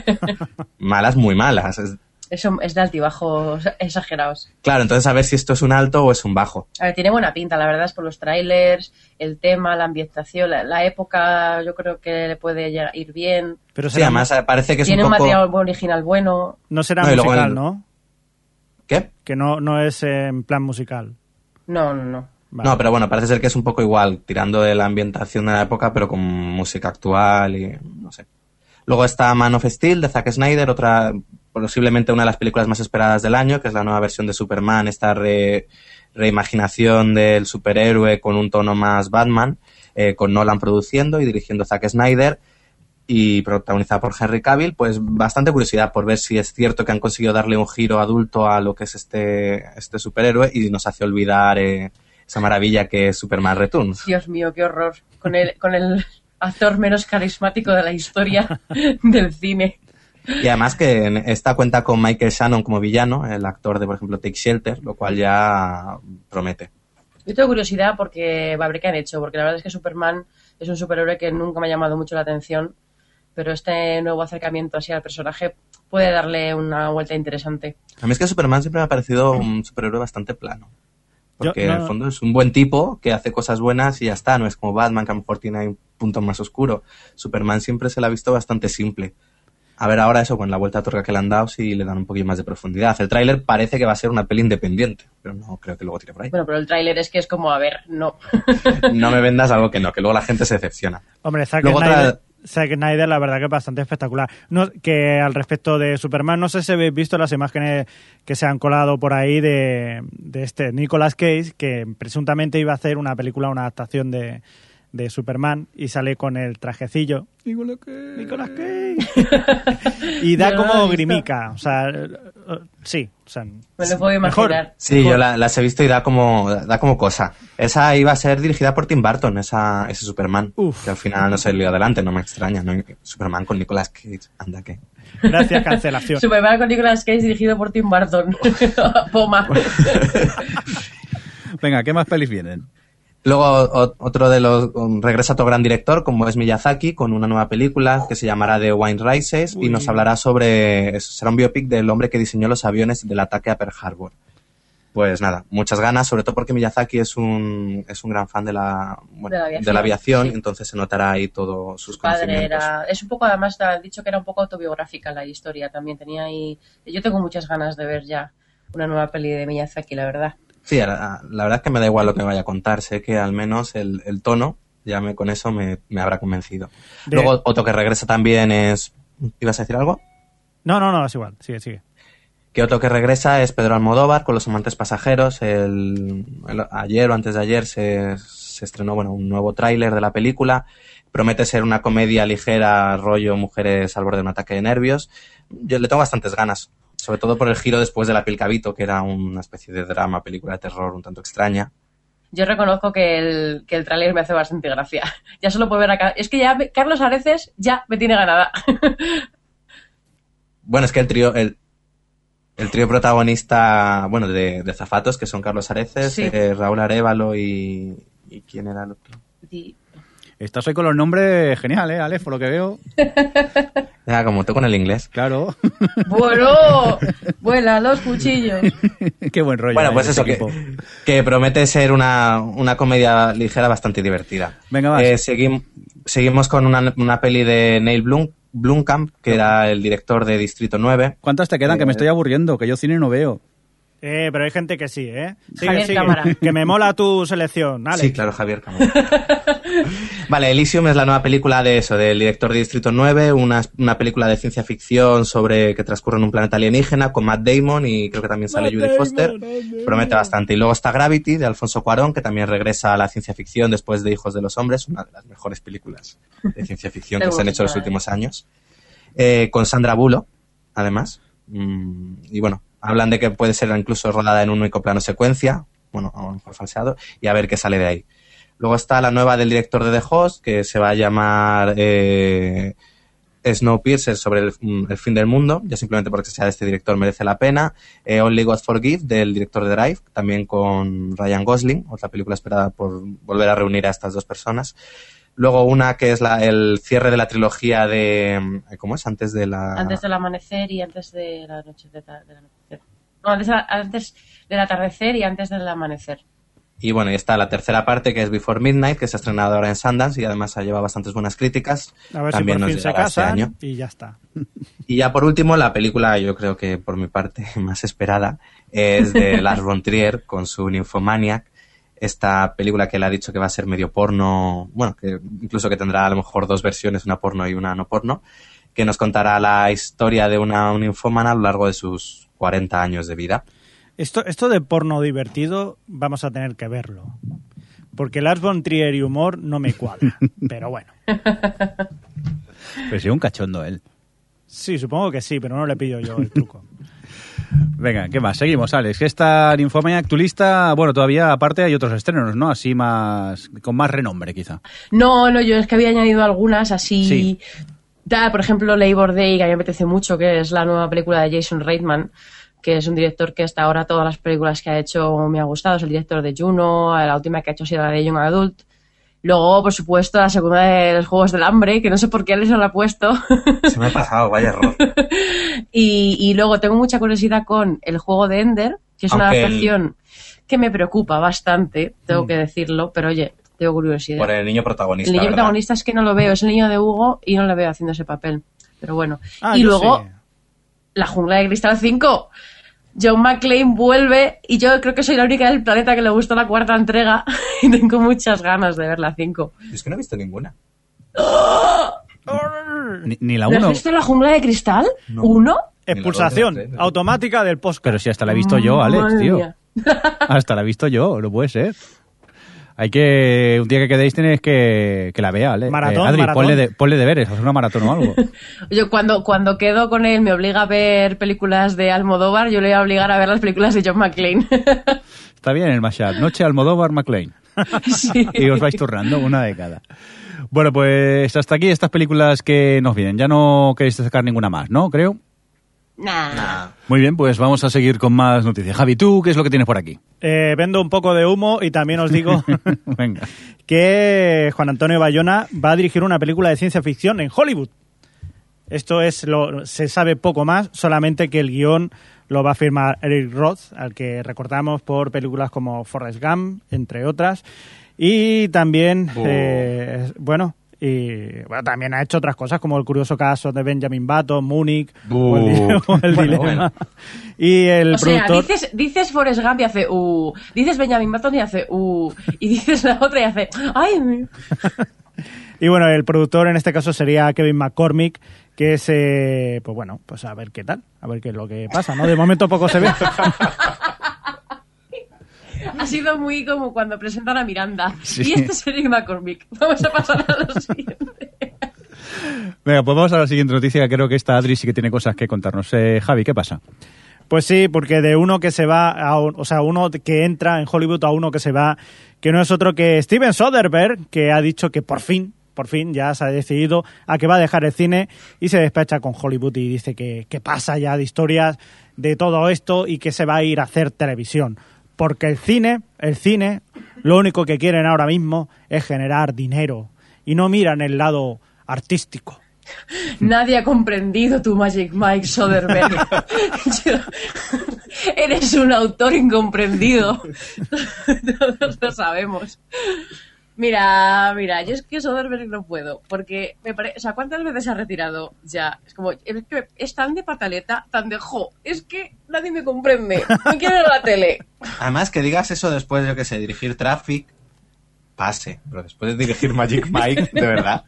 Malas, muy malas. Es, Eso es de altibajos exagerados. Claro, entonces a ver si esto es un alto o es un bajo. A ver, tiene buena pinta, la verdad, es por los trailers, el tema, la ambientación, la, la época, yo creo que le puede llegar- ir bien. Pero Sí, será, además eh, parece que es Tiene un un poco... material original bueno. no será No, y luego musical, el- ¿no? ¿Qué? Que no, no es en plan musical. No, no, no. Vale. No, pero bueno, parece ser que es un poco igual, tirando de la ambientación de la época, pero con música actual y no sé. Luego está Man of Steel de Zack Snyder, otra, posiblemente una de las películas más esperadas del año, que es la nueva versión de Superman, esta re, reimaginación del superhéroe con un tono más Batman, eh, con Nolan produciendo y dirigiendo Zack Snyder y protagonizada por Henry Cavill. Pues bastante curiosidad por ver si es cierto que han conseguido darle un giro adulto a lo que es este, este superhéroe y nos hace olvidar eh, esa maravilla que es Superman Returns. Dios mío, qué horror. Con el, con el actor menos carismático de la historia del cine. Y además que en esta cuenta con Michael Shannon como villano, el actor de, por ejemplo, Take Shelter, lo cual ya promete. Yo tengo curiosidad porque va a ver qué han hecho, porque la verdad es que Superman es un superhéroe que nunca me ha llamado mucho la atención, pero este nuevo acercamiento así al personaje puede darle una vuelta interesante. A mí es que Superman siempre me ha parecido un superhéroe bastante plano. Porque Yo, no- en el fondo es un buen tipo que hace cosas buenas y ya está. No es como Batman, que a lo mejor tiene ahí un punto más oscuro. Superman siempre se le ha visto bastante simple. A ver ahora eso, con la vuelta a tuerca que le han dado, si le dan un poquillo más de profundidad. El tráiler parece que va a ser una peli independiente, pero no creo que luego tire por ahí. Bueno, pero el tráiler es que es como, a ver, no. No me vendas algo que no, que luego la gente se decepciona. Hombre, Zack Luego Snyder, otra- Zack Snyder, la verdad que es bastante espectacular. No, que al respecto de Superman, no sé si habéis visto las imágenes que se han colado por ahí de, de este Nicolas Cage, que presuntamente iba a hacer una película, una adaptación de, de Superman, y sale con el trajecillo. Nicolas Cage. Nicolas Cage. Y da Yo no lo he como visto. grimica. O sea, eh, eh, sí. O sea, Me lo puedo mejor. imaginar. Sí, Mejor. yo la- las he visto y da como, da como cosa. Esa iba a ser dirigida por Tim Burton, esa, ese Superman. Uf. Que al final no se le dio adelante, no me extraña. ¿no? Superman con Nicolas Cage, anda que. Gracias, cancelación. Superman con Nicolas Cage dirigido por Tim Burton. Poma. Venga, ¿qué más pelis vienen? Luego o- otro de los, um, regresa otro gran director como es Miyazaki con una nueva película que se llamará The Wind Rises y nos hablará sobre, es- será un biopic del hombre que diseñó los aviones del ataque a Pearl Harbor. Pues nada, muchas ganas, sobre todo porque Miyazaki es un, es un gran fan de la, bueno, De la aviación, de la aviación, sí. entonces se notará ahí todos sus Su padre conocimientos. era... Es un poco, además, te han dicho que era un poco autobiográfica la historia también. Tenía ahí... Yo tengo muchas ganas de ver ya una nueva peli de Miyazaki, la verdad. Sí, la, la verdad es que me da igual lo que me vaya a contar, sé que al menos el, el tono, ya me, con eso me, me habrá convencido. De- Luego otro que regresa también es... ¿Ibas a decir algo? No, no, no, es igual. Sigue, sigue. Que otro que regresa es Pedro Almodóvar con Los amantes pasajeros. El, el- ayer o antes de ayer se, se estrenó bueno, un nuevo tráiler de la película. Promete ser una comedia ligera, rollo mujeres al borde de un ataque de nervios. Yo le tengo bastantes ganas. sobre todo por el giro después de La piel cabito, que era una especie de drama, película de terror un tanto extraña. Yo reconozco que el, que el tráiler me hace bastante gracia. Ya solo puedo ver a... Es que ya Carlos Areces ya me tiene ganada. Bueno, es que el trío... El, el trío protagonista, bueno, de, de Zafatos, que son Carlos Areces, Sí. eh, Raúl Arévalo y... ¿Y quién era el otro? Y- Estás hoy con los nombres genial, ¿eh, Alex? Por lo que veo. Era como tú con el inglés. Claro. Bueno, vuelan los cuchillos. Qué buen rollo. Bueno, ¿eh? pues Este eso, que, equipo. que promete ser una, una comedia ligera bastante divertida. Venga, vas. Eh, seguim- seguimos con una, una peli de Neil Blum, Blomkamp, que era el director de Distrito nueve. ¿Cuántas te quedan? Que me estoy aburriendo, que yo cine no veo. Eh, pero hay gente que sí, ¿eh? Sigue, Javier sigue. Cámara. Que me mola tu selección, Alex. Sí, claro, Javier Cámara. Vale, Elysium es la nueva película de eso, del director de Distrito nueve, una, una película de ciencia ficción sobre que transcurre en un planeta alienígena con Matt Damon y creo que también sale Judy Foster. Promete bastante. Y luego está Gravity, de Alfonso Cuarón, que también regresa a la ciencia ficción después de Hijos de los Hombres, una de las mejores películas de ciencia ficción que se han hecho en los últimos años. Eh, con Sandra Bullock, además. Mm, y bueno, hablan de que puede ser incluso rodada en un único plano secuencia, bueno, a lo mejor falseado, y a ver qué sale de ahí. Luego está la nueva del director de The Host, que se va a llamar eh, Snowpiercer, sobre el, el fin del mundo, ya simplemente porque sea de este director merece la pena. Eh, Only God Forgive, del director de Drive, también con Ryan Gosling, otra película esperada por volver a reunir a estas dos personas. Luego una que es la, el cierre de la trilogía de... ¿Cómo es? Antes de la... Antes del amanecer y antes de la noche de, ta- del anochecer. No, antes, antes del atardecer y antes del amanecer. Y bueno, y está la tercera parte, que es Before Midnight, que se ha estrenado ahora en Sundance y además ha llevado bastantes buenas críticas. A ver También si por nos fin se llegará este casan año. y ya está. Y ya por último, la película, yo creo que por mi parte más esperada, es de Lars von Trier con su Nymphomaniac. Esta película que él ha dicho que va a ser medio porno, bueno, que incluso que tendrá a lo mejor dos versiones, una porno y una no porno, que nos contará la historia de una ninfómana a lo largo de sus cuarenta años de vida. Esto, esto de porno divertido vamos a tener que verlo. Porque Lars von Trier y humor no me cuadra. Pero bueno. Pero sí, un cachondo él. Sí, supongo que sí, pero no le pillo yo el truco. Venga, ¿qué más? Seguimos, Alex. Esta Nymphomaniac, tu lista, bueno, todavía aparte hay otros estrenos, ¿no? Así más, con más renombre, quizá. No, no, yo es que había añadido algunas así. Sí. Da, por ejemplo, Labor Day, que a mí me apetece mucho, que es la nueva película de Jason Reitman, que es un director que hasta ahora todas las películas que ha hecho me ha gustado. Es el director de Juno, la última que ha hecho ha sido la de Young Adult. Luego, por supuesto, la segunda de los Juegos del Hambre, que no sé por qué les lo ha puesto. Se me ha pasado, vaya error. y, y luego tengo mucha curiosidad con el juego de Ender, que es una Aunque adaptación el... que me preocupa bastante, tengo Mm. que decirlo, pero oye, tengo curiosidad. Por el niño protagonista, El niño ¿verdad? protagonista es que no lo veo, es el niño de Hugo y no lo veo haciendo ese papel. Pero bueno. Ah, y yo luego, sí. La Jungla de Cristal cinco. John McClane vuelve y yo creo que soy la única del planeta que le gustó la cuarta entrega y tengo muchas ganas de ver la cinco. Es que no he visto ninguna. Ni, ni la ¿No has uno. visto La Jungla de Cristal? No. ¿Uno? Expulsación Ni la dos, ni la tres. automática del podcast. Pero si hasta la he visto yo, Alex, Madre tío. mía. Hasta la he visto yo, no puede ser. Hay que, un día que quedéis tenéis que, que la vea, ¿vale? Maratón, Adri, maratón. ponle, de, ponle deberes, haz una maratón o algo. Yo cuando, cuando quedo con él me obliga a ver películas de Almodóvar, yo le voy a obligar a ver las películas de John McClane. Está bien el mashup. Noche Almodóvar McLean. Sí. Y os vais turnando una de cada. Bueno, pues hasta aquí estas películas que nos vienen. Ya no queréis sacar ninguna más, ¿no? Creo. Nah. Nah. Muy bien, pues vamos a seguir con más noticias. Javi, ¿tú qué es lo que tienes por aquí? Eh, vendo un poco de humo y también os digo Venga. que Juan Antonio Bayona va a dirigir una película de ciencia ficción en Hollywood. Esto es lo se sabe poco más, solamente que el guión lo va a firmar Eric Roth, al que recordamos por películas como Forrest Gump, entre otras. Y también, Oh. eh, bueno, y bueno, también ha hecho otras cosas como El curioso caso de Benjamin Button, Múnich, o el, di- o el Bueno, dilema. bueno. Y el O sea, productor... dices, dices Forrest Gump y hace uh, dices Benjamin Button y hace uh, y dices la otra y hace ay. Y bueno, el productor en este caso sería Kevin McCormick, que es, eh, pues bueno, pues a ver qué tal, a ver qué es lo que pasa, ¿no? De momento poco se ve. Ha sido muy como cuando presentan a Miranda. Sí. Y este es Eric McCormick. Vamos a pasar a lo siguiente. Venga, pues vamos a la siguiente noticia, que creo que esta Adri sí que tiene cosas que contarnos. Eh, Javi, ¿qué pasa? Pues sí, porque de uno que se va, a, o sea, uno que entra en Hollywood a uno que se va, que no es otro que Steven Soderbergh, que ha dicho que por fin, por fin ya se ha decidido a que va a dejar el cine y se despacha con Hollywood y dice que, que pasa ya de historias de todo esto y que se va a ir a hacer televisión. Porque el cine, el cine, lo único que quieren ahora mismo es generar dinero y no miran el lado artístico. Nadie ha comprendido tu Magic Mike Soderbergh. Eres un autor incomprendido. Todos lo sabemos. Mira, mira, yo es que Soderbergh no puedo, porque me parece, o sea, ¿cuántas veces se ha retirado ya? Es como, es que es tan de pataleta, tan de jo, es que nadie me comprende, no quiero ver la tele. Además, que digas eso después de, yo qué sé, dirigir Traffic, pase, pero después de dirigir Magic Mike, de verdad.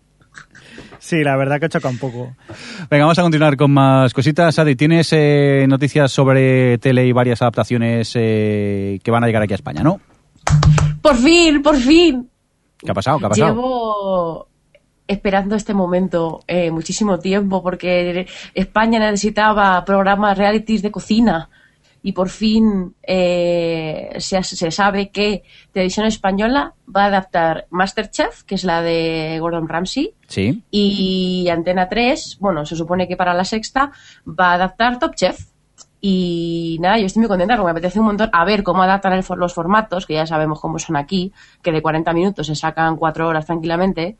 Sí, la verdad que choca un poco. Venga, vamos a continuar con más cositas. Adi, ¿tienes eh, noticias sobre tele y varias adaptaciones eh, que van a llegar aquí a España, no? ¡Por fin, por fin! ¿Qué ha pasado? ¿Qué ha pasado? Llevo esperando este momento eh, muchísimo tiempo porque España necesitaba programas realities de cocina y por fin eh, se, se sabe que Televisión Española va a adaptar MasterChef, que es la de Gordon Ramsay, sí. Y Antena tres, bueno, se supone que para la sexta va a adaptar Top Chef. Y nada, yo estoy muy contenta porque me apetece un montón a ver cómo adaptan el, los formatos, que ya sabemos cómo son aquí, que de cuarenta minutos se sacan cuatro horas tranquilamente,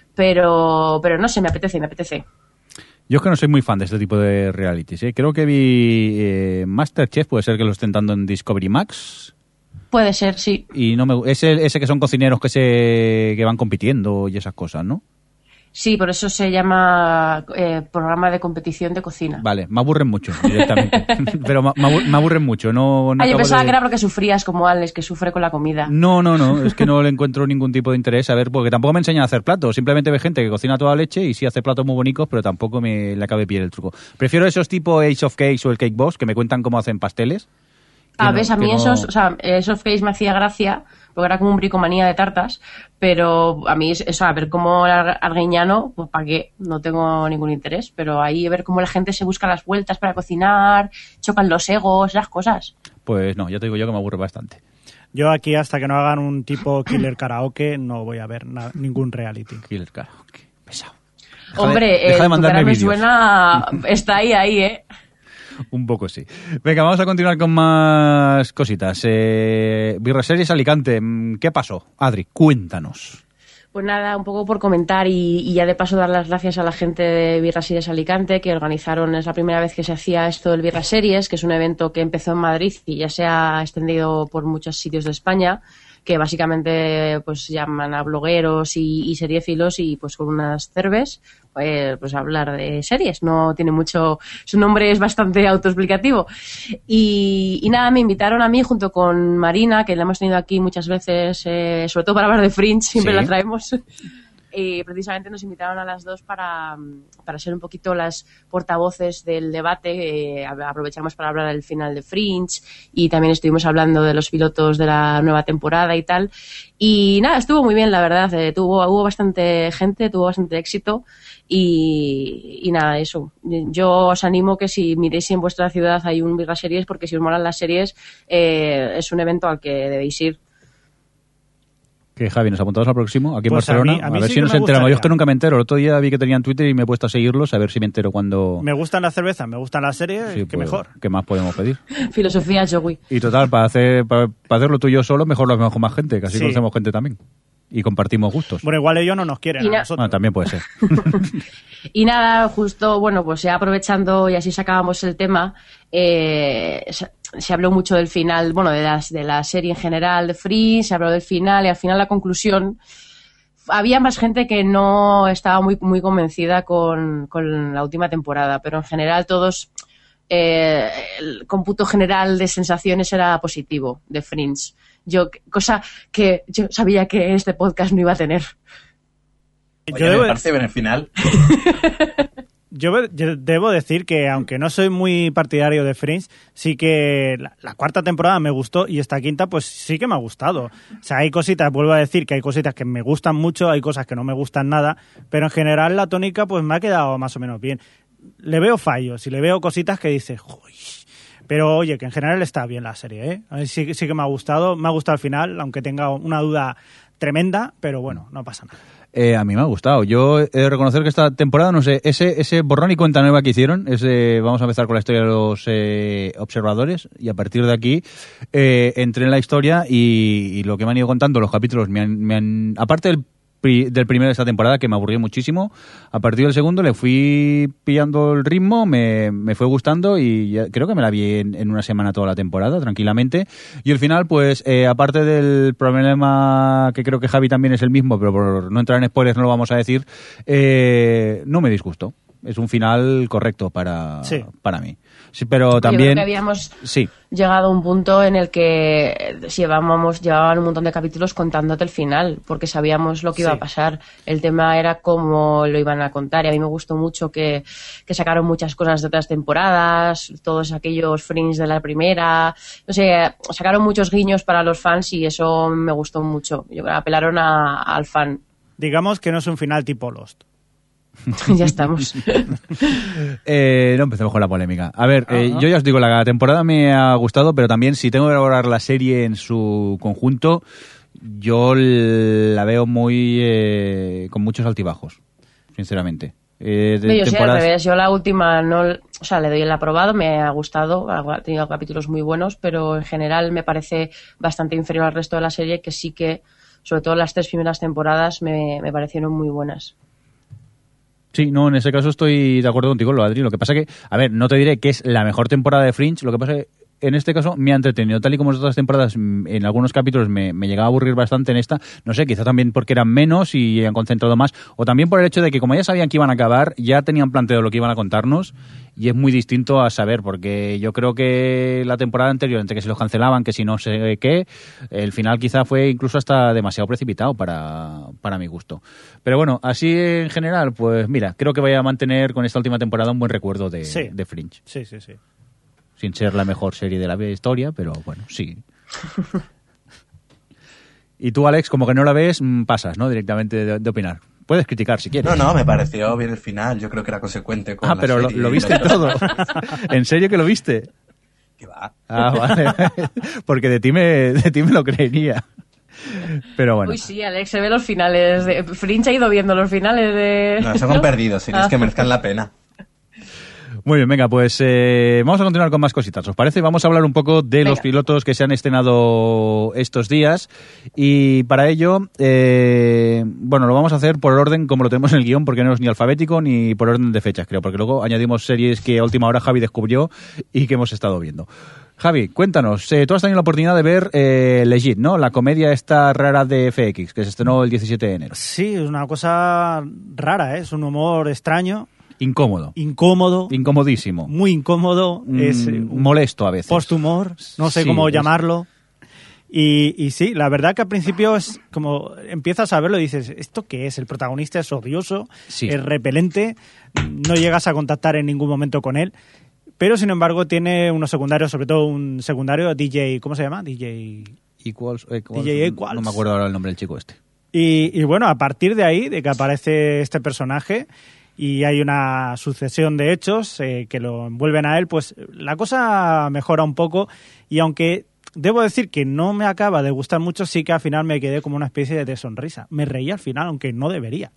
pero, pero no sé, me apetece, me apetece. Yo es que no soy muy fan de este tipo de realities, ¿eh? Creo que vi eh, MasterChef, puede ser que lo estén dando en Discovery Max. Puede ser, sí. Y no me ese, ese que son cocineros que se que van compitiendo y esas cosas, ¿no? Sí, por eso se llama eh, programa de competición de cocina. Vale, me aburren mucho directamente. Pero me, me aburren mucho. No, no ah, yo pensaba de... que era porque sufrías como Alex, que sufre con la comida. No, no, no. Es que no le encuentro ningún tipo de interés. A ver, porque tampoco me enseñan a hacer platos. Simplemente ve gente que cocina toda leche y sí hace platos muy bonitos, pero tampoco me le acaba de pillar el truco. Prefiero esos tipo Ace of Cakes o el Cake Boss, que me cuentan cómo hacen pasteles. A no, ver, a mí no... esos, o sea, esos Cakes me hacía gracia, porque era como un bricomanía de tartas, pero a mí, eso, a ver cómo era Arguiñano, pues para qué, no tengo ningún interés, pero ahí a ver cómo la gente se busca las vueltas para cocinar, chocan los egos, las cosas. Pues no, ya te digo yo que me aburre bastante. Yo aquí, hasta que no hagan un tipo Killer Karaoke, no voy a ver na- ningún reality. Killer Karaoke, pesado. Deja Hombre, de, deja de mandarme tu cara me vídeos. Suena, está ahí, ahí, ¿eh? Un poco sí. Venga, vamos a continuar con más cositas. Eh, Birraseries Alicante, ¿qué pasó? Adri, cuéntanos. Pues nada, un poco por comentar y, y ya de paso dar las gracias a la gente de Birraseries Alicante que organizaron, es la primera vez que se hacía esto del Birraseries, que es un evento que empezó en Madrid y ya se ha extendido por muchos sitios de España, que básicamente pues llaman a blogueros y, y seriéfilos y pues con unas cerves pues, pues hablar de series. No tiene mucho, su nombre es bastante autoexplicativo. Y, y nada, me invitaron a mí junto con Marina, que la hemos tenido aquí muchas veces, eh, sobre todo para hablar de Fringe, siempre sí. La traemos. Y precisamente nos invitaron a las dos para, para ser un poquito las portavoces del debate. Eh, aprovechamos para hablar del final de Fringe y también estuvimos hablando de los pilotos de la nueva temporada y tal. Y nada, estuvo muy bien, la verdad. Eh, tuvo, hubo bastante gente, tuvo bastante éxito y, y nada, eso. Yo os animo que si miréis si en vuestra ciudad hay un Birraseries, porque si os molan las series, eh, es un evento al que debéis ir. Que Javi, ¿nos apuntamos al próximo? Aquí en pues Barcelona. A, mí, a, mí a ver sí si nos enteramos. Gustaría. Yo es que nunca me entero. El otro día vi que tenían Twitter y me he puesto a seguirlos a ver si me entero cuando... Me gustan las cervezas, me gustan las series, sí, que pues, mejor. ¿Qué más podemos pedir? Filosofía Joey. Y total, para hacer para, para hacerlo tú y yo solo, mejor lo hacemos con más gente, que así sí. conocemos gente también. Y compartimos gustos. Bueno, igual ellos no nos quieren a na- nosotros. Ah, también puede ser. Y nada, justo, bueno, pues ya aprovechando y así sacábamos el tema, eh, se, se habló mucho del final, bueno, de, las, de la serie en general de Free, se habló del final y al final la conclusión... Había más gente que no estaba muy, muy convencida con, con la última temporada, pero en general todos... Eh, el cómputo general de sensaciones era positivo de Fringe. Yo, cosa que yo sabía que este podcast no iba a tener. Oye, yo me parece bien el final. Yo, yo debo decir que, aunque no soy muy partidario de Fringe, sí que la, la cuarta temporada me gustó y esta quinta pues sí que me ha gustado. O sea, hay cositas, vuelvo a decir que hay cositas que me gustan mucho, hay cosas que no me gustan nada, pero en general la tónica pues me ha quedado más o menos bien. Le veo fallos y le veo cositas que dices, ¡joy! Pero oye, que en general está bien la serie, ¿eh? A mí sí, sí que me ha gustado, me ha gustado al final, aunque tenga una duda tremenda, pero bueno, no pasa nada. Eh, a mí me ha gustado. Yo he de reconocer que esta temporada, no sé, ese ese borrón y cuenta nueva que hicieron, ese, vamos a empezar con la historia de los eh, observadores, y a partir de aquí eh, entré en la historia y, y lo que me han ido contando los capítulos me han, me han aparte del del primero de esta temporada, que me aburrió muchísimo, a partir del segundo le fui pillando el ritmo, me, me fue gustando y ya, creo que me la vi en, en una semana toda la temporada, tranquilamente. Y al final, pues, eh, aparte del problema que creo que Javi también es el mismo, pero por no entrar en spoilers no lo vamos a decir, eh, no me disgustó. Es un final correcto para, sí. para mí. Sí, pero también... Yo creo que habíamos sí. llegado a un punto en el que llevábamos, llevaban un montón de capítulos contándote el final, porque sabíamos lo que iba sí. a pasar. El tema era cómo lo iban a contar, y a mí me gustó mucho que, que sacaron muchas cosas de otras temporadas, todos aquellos Fringe de la primera, no sé, sacaron muchos guiños para los fans y eso me gustó mucho. Yo creo que apelaron a, al fan. Digamos que no es un final tipo Lost. Ya estamos. eh, no empecemos con la polémica. A ver, eh, yo ya os digo, la temporada me ha gustado, pero también si tengo que valorar la serie en su conjunto, yo la veo muy eh, con muchos altibajos, sinceramente. Eh, de no, yo temporadas... sé al revés, yo la última no, o sea, le doy el aprobado, me ha gustado, ha tenido capítulos muy buenos, pero en general me parece bastante inferior al resto de la serie, que sí que, sobre todo las tres primeras temporadas, me, me parecieron muy buenas. Sí, no, en ese caso estoy de acuerdo contigo, Adri. Lo que pasa que, a ver, no te diré que es la mejor temporada de Fringe, lo que pasa que en este caso me ha entretenido, tal y como las otras temporadas, en algunos capítulos me, me llegaba a aburrir bastante. En esta, no sé, quizá también porque eran menos y han concentrado más, o también por el hecho de que como ya sabían que iban a acabar, ya tenían planteado lo que iban a contarnos, y es muy distinto a saber, porque yo creo que la temporada anterior, entre que se los cancelaban, que si no sé qué, el final quizá fue incluso hasta demasiado precipitado para, para mi gusto. Pero bueno, así en general, pues mira, creo que voy a mantener con esta última temporada un buen recuerdo de, sí. de Fringe. Sí, sí, sí. Sin ser la mejor serie de la historia, pero bueno, sí. Y tú, Alex, como que no la ves, pasas, ¿no? Directamente de, de opinar. Puedes criticar si quieres. No, no, me pareció bien el final. Yo creo que era consecuente con ah, la pero serie. Lo, lo viste todo. ¿En serio que lo viste? ¿Qué va? Ah, vale. Porque de ti me, de ti me lo creería. Pero bueno. Uy, sí, Alex, se ve los finales. De... Fringe ha ido viendo los finales de... No, son ¿no? perdidos, series ah. que merezcan la pena. Muy bien, venga, pues eh, vamos a continuar con más cositas, ¿os parece? Vamos a hablar un poco de venga. los pilotos que se han estrenado estos días, y para ello, eh, bueno, lo vamos a hacer por orden como lo tenemos en el guión, porque no es ni alfabético ni por orden de fechas, creo, porque luego añadimos series que a última hora Javi descubrió y que hemos estado viendo. Javi, cuéntanos, eh, tú has tenido la oportunidad de ver eh, Legit, ¿no? La comedia esta rara de F X, que se estrenó el diecisiete de enero. Sí, es una cosa rara, ¿eh? Es un humor extraño. Incómodo. Incómodo. Incomodísimo. Muy incómodo. Mm, es molesto a veces. Post-humor, no sé sí, cómo es... llamarlo. Y, y sí, la verdad que al principio es como empiezas a verlo y dices, ¿esto qué es? El protagonista es odioso, sí. es repelente, no llegas a contactar en ningún momento con él, pero sin embargo tiene unos secundarios, sobre todo un secundario, D J, ¿cómo se llama? D J... Equals, Equals, D J Equals. No me acuerdo ahora el nombre del chico este. Y, y bueno, a partir de ahí, de que aparece este personaje... y hay una sucesión de hechos eh, que lo envuelven a él, pues la cosa mejora un poco, y aunque debo decir que no me acaba de gustar mucho, sí que al final me quedé como una especie de sonrisa. Me reí al final, aunque no debería.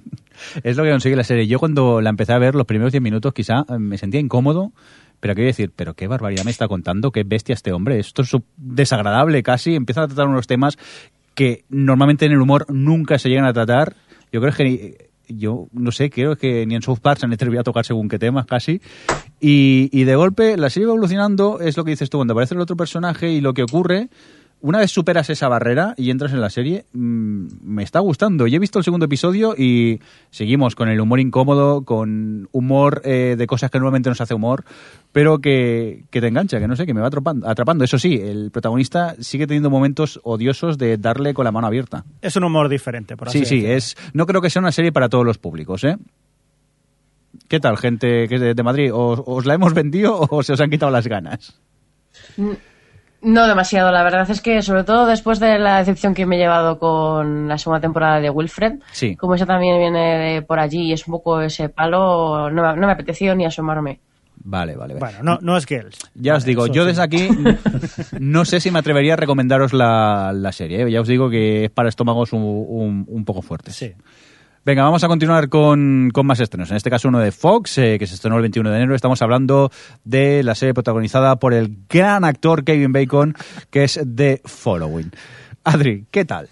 Es lo que consigue la serie. Yo cuando la empecé a ver, los primeros diez minutos quizá me sentía incómodo, pero quiero decir, pero qué barbaridad me está contando, qué bestia este hombre, esto es desagradable casi, empieza a tratar unos temas que normalmente en el humor nunca se llegan a tratar. Yo creo que... yo no sé, creo que ni en South Park se han atrevido a tocar según qué temas casi, y, y de golpe la serie va evolucionando, es lo que dices tú, cuando aparece el otro personaje y lo que ocurre, una vez superas esa barrera y entras en la serie, mmm, me está gustando. Ya he visto el segundo episodio y seguimos con el humor incómodo, con humor eh, de cosas que normalmente no se hace humor, pero que, que te engancha, que no sé, que me va atrapando, atrapando. Eso sí, el protagonista sigue teniendo momentos odiosos de darle con la mano abierta. Es un humor diferente, por así sí, decirlo. Sí, es. No creo que sea una serie para todos los públicos, ¿eh? ¿Qué tal, gente que es de, de Madrid? ¿Os, ¿Os la hemos vendido o se os han quitado las ganas? No demasiado, la verdad es que sobre todo después de la decepción que me he llevado con la segunda temporada de Wilfred, sí. Como esa también viene de por allí y es un poco ese palo, no, no me apeteció ni asomarme. Vale, vale, vale. Bueno, no, no es Girls. Ya os digo, yo desde aquí no sé si me atrevería a recomendaros la, la serie, ¿eh? Ya os digo que es para estómagos un, un, un poco fuertes. Sí. Venga, vamos a continuar con, con más estrenos. En este caso uno de Fox, eh, que se estrenó el veintiuno de enero. Estamos hablando de la serie protagonizada por el gran actor Kevin Bacon, que es The Following. Adri, ¿qué tal?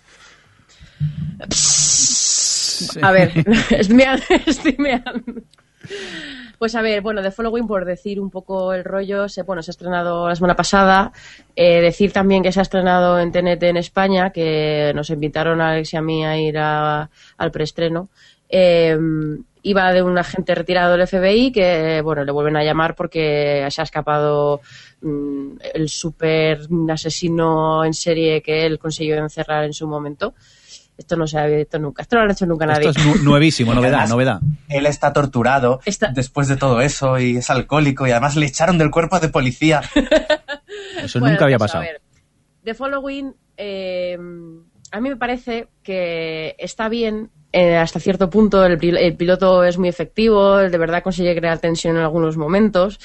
A ver, estoy meando, estoy meando. Pues a ver, bueno, The Following, por decir un poco el rollo, se, bueno, se ha estrenado la semana pasada. Eh, decir también que se ha estrenado en T N T en España, que nos invitaron a Alex y a mí a ir a, al preestreno. Eh, iba de un agente retirado del F B I que, bueno, le vuelven a llamar porque se ha escapado mmm, el super asesino en serie que él consiguió encerrar en su momento. Esto no se ha visto nunca. Esto no lo ha hecho nunca nadie. Esto es nu- nuevísimo, novedad, además, novedad. Él está torturado está... después de todo eso y es alcohólico y además le echaron del cuerpo de policía. Eso bueno, nunca había pues, pasado. A ver, The Following, eh, a mí me parece que está bien eh, hasta cierto punto. El, el piloto es muy efectivo, de verdad consigue crear tensión en algunos momentos,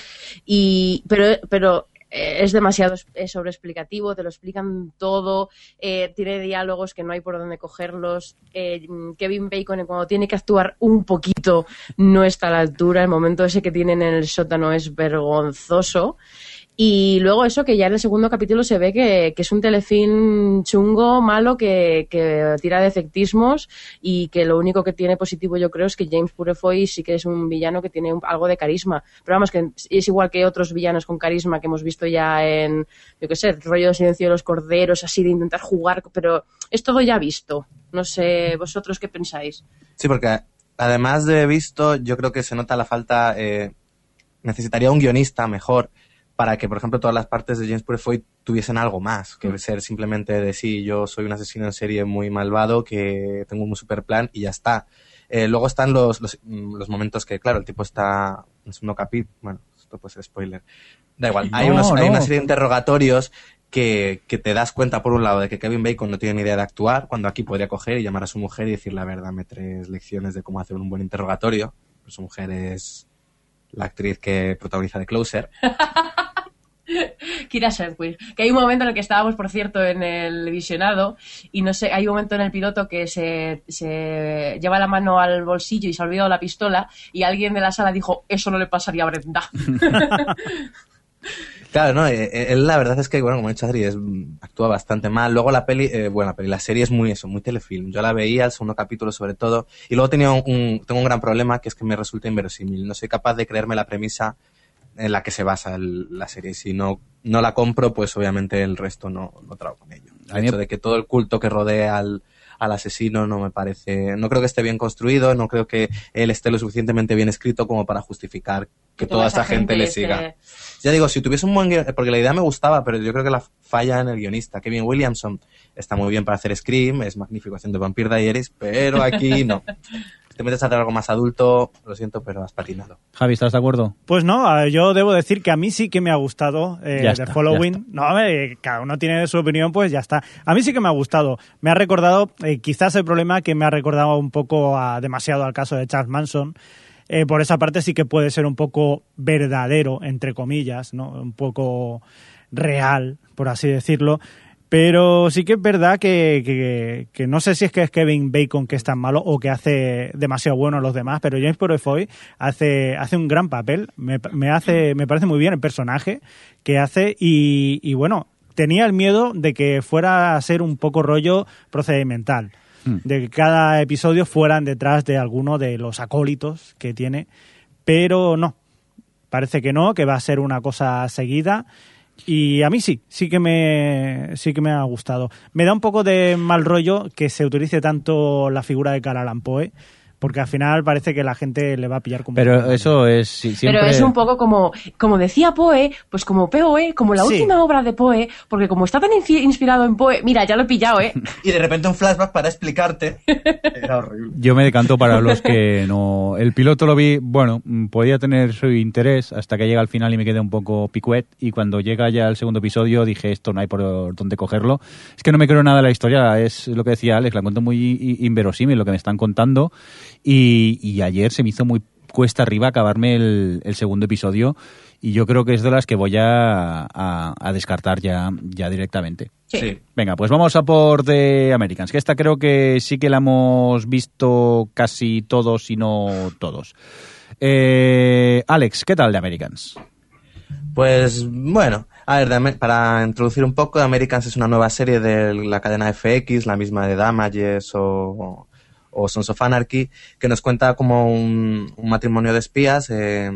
y pero, pero es demasiado sobreexplicativo, te lo explican todo, eh, tiene diálogos que no hay por dónde cogerlos. eh, Kevin Bacon, cuando tiene que actuar un poquito, no está a la altura. El momento ese que tienen en el sótano es vergonzoso. Y luego eso, que ya en el segundo capítulo se ve que, que es un telefilm chungo, malo, que, que tira de efectismos, y que lo único que tiene positivo, yo creo, es que James Purefoy sí que es un villano que tiene un, algo de carisma. Pero vamos, que es igual que otros villanos con carisma que hemos visto ya en, yo qué sé, el rollo de Silencio de los Corderos, así de intentar jugar, pero es todo ya visto. No sé, ¿vosotros qué pensáis? Sí, porque además de visto, yo creo que se nota la falta, eh, necesitaría un guionista mejor, para que, por ejemplo, todas las partes de James Purefoy tuviesen algo más que ser simplemente de sí, yo soy un asesino en serie muy malvado, que tengo un super plan y ya está. Eh, luego están los, los, los momentos que, claro, el tipo está en segundo capítulo, bueno, esto puede ser spoiler, da igual, hay, no, unos, no. hay una serie de interrogatorios que, que te das cuenta, por un lado, de que Kevin Bacon no tiene ni idea de actuar, cuando aquí podría coger y llamar a su mujer y decir la verdad, dame tres lecciones de cómo hacer un buen interrogatorio. Pero su mujer es la actriz que protagoniza The Closer. Kira Sedgwick, que hay un momento en el que estábamos, por cierto, en el visionado, y no sé, hay un momento en el piloto que se, se lleva la mano al bolsillo y se ha olvidado la pistola, y alguien de la sala dijo, eso no le pasaría a Brenda. Claro, no, él la verdad es que, bueno, como ha dicho Adri, es, actúa bastante mal. Luego la peli, eh, bueno, la peli, la serie es muy eso, muy telefilm. Yo la veía, el segundo capítulo sobre todo, y luego tenía un, un, tengo un gran problema, que es que me resulta inverosímil. No soy capaz de creerme la premisa en la que se basa el, la serie. Si no, no la compro, pues obviamente el resto no, no trago con ello. El hecho de que todo el culto que rodea al, al asesino no me parece, no creo que esté bien construido, no creo que él esté lo suficientemente bien escrito como para justificar que toda, toda esa gente, gente le siga. Este... Ya digo, si tuviese un buen guion, porque la idea me gustaba, pero yo creo que la falla en el guionista. Kevin Williamson está muy bien para hacer Scream, es magnífico haciendo Vampire Diaries, pero aquí no. Te metes a hacer algo más adulto, lo siento, pero has patinado. Javi, ¿estás de acuerdo? Pues no, yo debo decir que a mí sí que me ha gustado eh, The Following. No, eh, cada uno tiene su opinión, pues ya está. A mí sí que me ha gustado. Me ha recordado, eh, quizás el problema que me ha recordado un poco a, demasiado al caso de Charles Manson. Eh, por esa parte sí que puede ser un poco verdadero, entre comillas, ¿no? Un poco real, por así decirlo. Pero sí que es verdad que, que, que no sé si es que es Kevin Bacon que es tan malo o que hace demasiado bueno a los demás, pero James Purefoy hace, hace un gran papel. Me, me, hace, me parece muy bien el personaje que hace y, y bueno, tenía el miedo de que fuera a ser un poco rollo procedimental, mm. de que cada episodio fueran detrás de alguno de los acólitos que tiene, pero no, parece que no, que va a ser una cosa seguida. Y a mí sí, sí que me sí que me ha gustado. Me da un poco de mal rollo que se utilice tanto la figura de Edgar Allan Poe, porque al final parece que la gente le va a pillar como... Pero eso es sí, siempre... Pero es un poco como, como decía Poe, pues como P O E, como la Sí. última obra de Poe, porque como está tan infi- inspirado en Poe, mira, ya lo he pillado, ¿eh? Y de repente un flashback para explicarte. Era horrible. Yo me decanto para los que no... El piloto lo vi, bueno, mm, podía tener su interés hasta que llega al final y me quedé un poco picuet, y cuando llega ya el segundo episodio dije, esto no hay por dónde cogerlo. Es que no me creo nada de la historia, es lo que decía Alex, la encuentro muy i- inverosímil lo que me están contando, y, y ayer se me hizo muy cuesta arriba acabarme el, el segundo episodio, y yo creo que es de las que voy a, a, a descartar ya, ya directamente. Sí. Sí. Venga, pues vamos a por The Americans, que esta creo que sí que la hemos visto casi todos, si no todos. Eh, Alex, ¿qué tal The Americans? Pues bueno, a ver, de Amer- para introducir un poco, The Americans es una nueva serie de la cadena F X, la misma de Damages o, o Sons of Anarchy, que nos cuenta como un, un matrimonio de espías eh,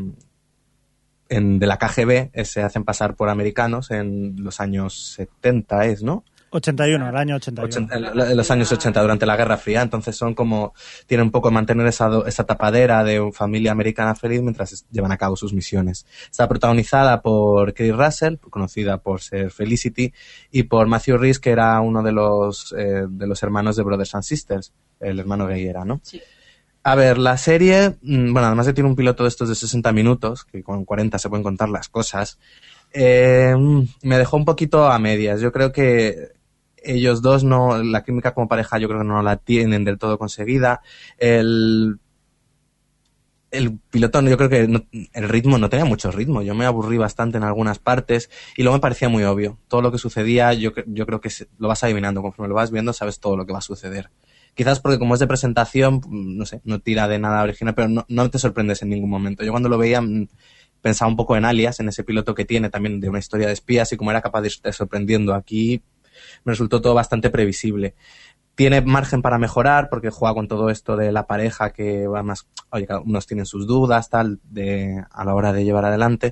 en, de la K G B, eh, se hacen pasar por americanos en los años setenta, es, ¿no? ochenta y uno, el año ochenta y uno. ochenta, en los años ochenta, durante la Guerra Fría. Entonces son como, tienen un poco mantener esa, do- esa tapadera de una familia americana feliz mientras es- llevan a cabo sus misiones. Está protagonizada por Keri Russell, conocida por ser Felicity, y por Matthew Rhys, que era uno de los, eh, de los hermanos de Brothers and Sisters, el hermano gay era, ¿no? Sí. A ver, la serie, mm, bueno, además de tiene un piloto de estos de sesenta minutos, que con cuarenta se pueden contar las cosas, eh, mm, me dejó un poquito a medias. Yo creo que ellos dos no, la química como pareja yo creo que no la tienen del todo conseguida. El, el piloto, yo creo que no- el ritmo no tenía mucho ritmo. Yo me aburrí bastante en algunas partes y luego me parecía muy obvio. Todo lo que sucedía, yo, cre- yo creo que se- lo vas adivinando. Conforme lo vas viendo, sabes todo lo que va a suceder. Quizás porque como es de presentación, no sé, no tira de nada original, pero no, no te sorprendes en ningún momento. Yo cuando lo veía mm, pensaba un poco en Alias, en ese piloto que tiene también de una historia de espías y como era capaz de irte sorprendiendo. Aquí me resultó todo bastante previsible. Tiene margen para mejorar porque juega con todo esto de la pareja que va más, oye, cada unos tienen sus dudas, tal, de, a la hora de llevar adelante.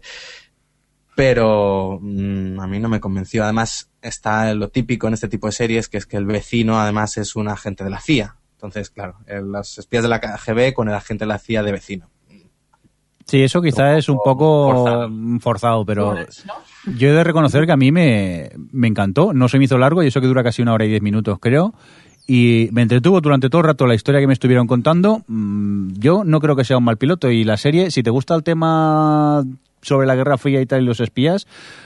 Pero mmm, a mí no me convenció. Además, está lo típico en este tipo de series, que es que el vecino además es un agente de la C I A. Entonces, claro, el- los espías de la K G B con el agente de la C I A de vecino. Sí, eso quizá es un poco forzado. forzado, pero ¿No? yo he de reconocer que a mí me, me encantó. No se me hizo largo y eso que dura casi una hora y diez minutos, creo. Y me entretuvo durante todo el rato la historia que me estuvieron contando. Mm, Yo no creo que sea un mal piloto. Y la serie, si te gusta el tema sobre la Guerra Fría y tal y los espías,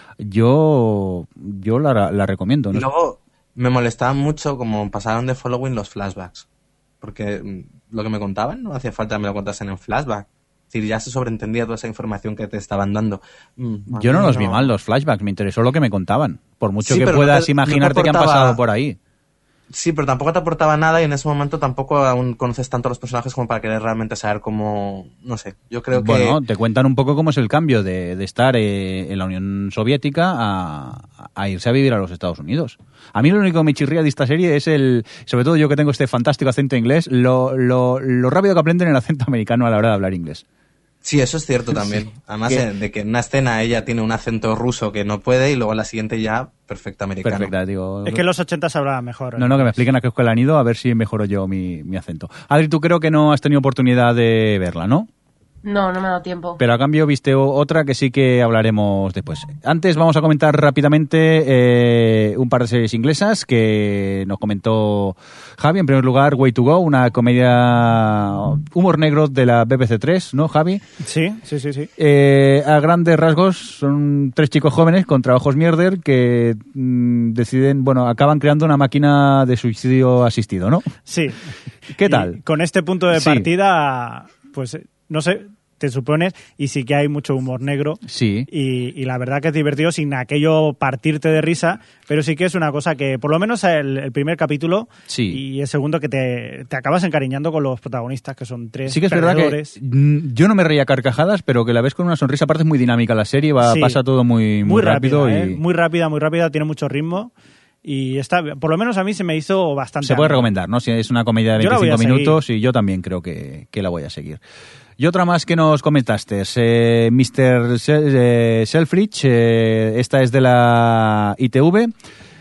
yo, yo la, la recomiendo. Y ¿no? luego me molestaba mucho como pasaron de Following los flashbacks. Porque mm, lo que me contaban no hacía falta que me lo contasen en flashback. Es decir, ya se sobreentendía toda esa información que te estaban dando. Mm, a Yo no mí los vi mal, los flashbacks. Me interesó lo que me contaban. Por mucho Sí, que pero no puedas te- no te imaginarte que han aportaba- pasado por ahí. Sí, pero tampoco te aportaba nada y en ese momento tampoco aún conoces tanto a los personajes como para querer realmente saber cómo... No sé, yo creo que... Bueno, te cuentan un poco cómo es el cambio de, de estar eh, en la Unión Soviética a, a irse a vivir a los Estados Unidos. A mí lo único que me chirría de esta serie es el, sobre todo yo que tengo este fantástico acento inglés, lo, lo, lo rápido que aprenden el acento americano a la hora de hablar inglés. Sí, eso es cierto también. Además ¿Qué? eh, de que en una escena ella tiene un acento ruso que no puede y luego en la siguiente ya perfecto americano. Perfecta, digo. Es que en los ochenta se hablaba mejor. No, no, que me expliquen a qué escuela han ido, a ver si mejoro yo mi, mi acento. Adri, tú creo que no has tenido oportunidad de verla, ¿no? No, no me ha dado tiempo. Pero a cambio viste o- otra que sí que hablaremos después. Antes vamos a comentar rápidamente eh, un par de series inglesas que nos comentó Javi. En primer lugar, Way to Go, una comedia humor negro de la B B C tres, ¿no, Javi? Sí, sí, sí, sí. Eh, a grandes rasgos son tres chicos jóvenes con trabajos mierder que mm, deciden, bueno, acaban creando una máquina de suicidio asistido, ¿no? Sí. ¿Qué Y tal? con este punto de Sí. partida, pues, eh, no sé, te supones, y sí que hay mucho humor negro. Sí. Y, y la verdad que es divertido sin aquello partirte de risa, pero sí que es una cosa que, por lo menos el, el primer capítulo Sí. y el segundo, que te, te acabas encariñando con los protagonistas, que son tres Sí que es verdad que perdedores. mm, yo no me reía a carcajadas, pero que la ves con una sonrisa. Aparte es muy dinámica la serie, va, Sí. pasa todo muy, muy, muy rápido rápida, y ¿eh? Muy rápida, muy rápida, tiene mucho ritmo. Y está, por lo menos a mí se me hizo bastante. se puede ameno. recomendar, ¿no? Si es una comedia de Yo la voy a veinticinco seguir. minutos y yo también creo que, que la voy a seguir. Y otra más que nos comentaste, eh, mister Se- eh, Selfridge, eh, esta es de la I T V.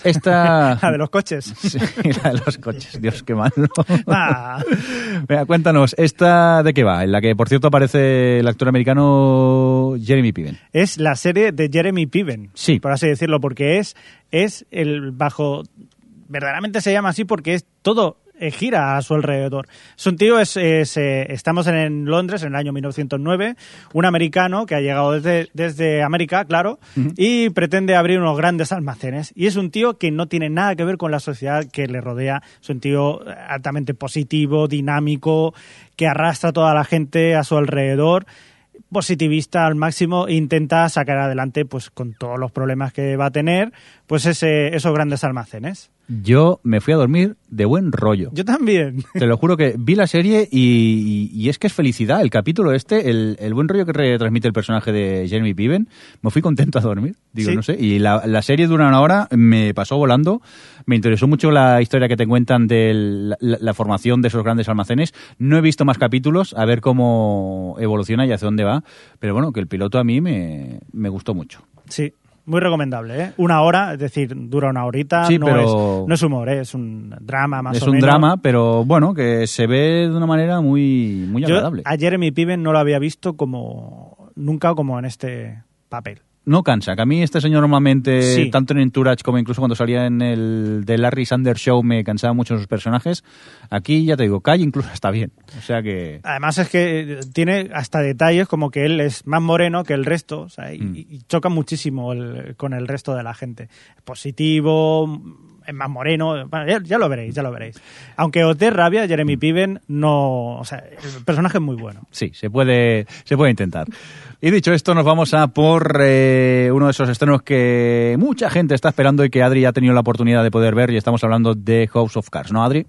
esta... La de los coches. Sí, la de los coches. Dios, qué malo. Ah. Venga, cuéntanos, ¿esta de qué va? En la que, por cierto, aparece el actor americano Jeremy Piven. Es la serie de Jeremy Piven, sí, por así decirlo, porque es, es el bajo... Verdaderamente se llama así porque es todo... gira a su alrededor. Es un tío, es, es, eh, estamos en, en Londres en el año mil novecientos nueve, un americano que ha llegado desde, desde América, claro, uh-huh. y pretende abrir unos grandes almacenes. Y es un tío que no tiene nada que ver con la sociedad que le rodea. Es un tío altamente positivo, dinámico, que arrastra a toda la gente a su alrededor, positivista al máximo, e intenta sacar adelante, pues con todos los problemas que va a tener, pues ese, esos grandes almacenes. Yo me fui a dormir de buen rollo. Yo también. Te lo juro que vi la serie y, y, y es que es felicidad. El capítulo este, el, el buen rollo que retransmite el personaje de Jeremy Piven, me fui contento a dormir. Digo, ¿sí? No sé. Y la, la serie dura una hora, me pasó volando. Me interesó mucho la historia que te cuentan de la, la, la formación de esos grandes almacenes. No he visto más capítulos, a ver cómo evoluciona y hacia dónde va. Pero bueno, que el piloto a mí me, me gustó mucho. Sí. Muy recomendable, ¿eh? Una hora, es decir, dura una horita, sí, no, pero es, no es humor, ¿eh? Es un drama más es o menos. Es un drama, pero bueno, que se ve de una manera muy, muy agradable. Yo a Jeremy Piven no lo había visto como nunca como en este papel. No cansa, que a mí este señor normalmente, sí. tanto en Entourage como incluso cuando salía en el The Larry Sanders Show, me cansaba mucho sus personajes. Aquí, ya te digo, Kai incluso está bien. O sea que... Además es que tiene hasta detalles como que él es más moreno que el resto, o sea, y, mm. y choca muchísimo el, con el resto de la gente. Es positivo, es más moreno, bueno, ya, ya lo veréis, ya lo veréis. Aunque os dé rabia, Jeremy Piven no... O sea, el personaje es muy bueno. Sí, se puede, se puede intentar. Y dicho esto, nos vamos a por eh, uno de esos estrenos que mucha gente está esperando y que Adri ya ha tenido la oportunidad de poder ver, y estamos hablando de House of Cards, ¿no, Adri?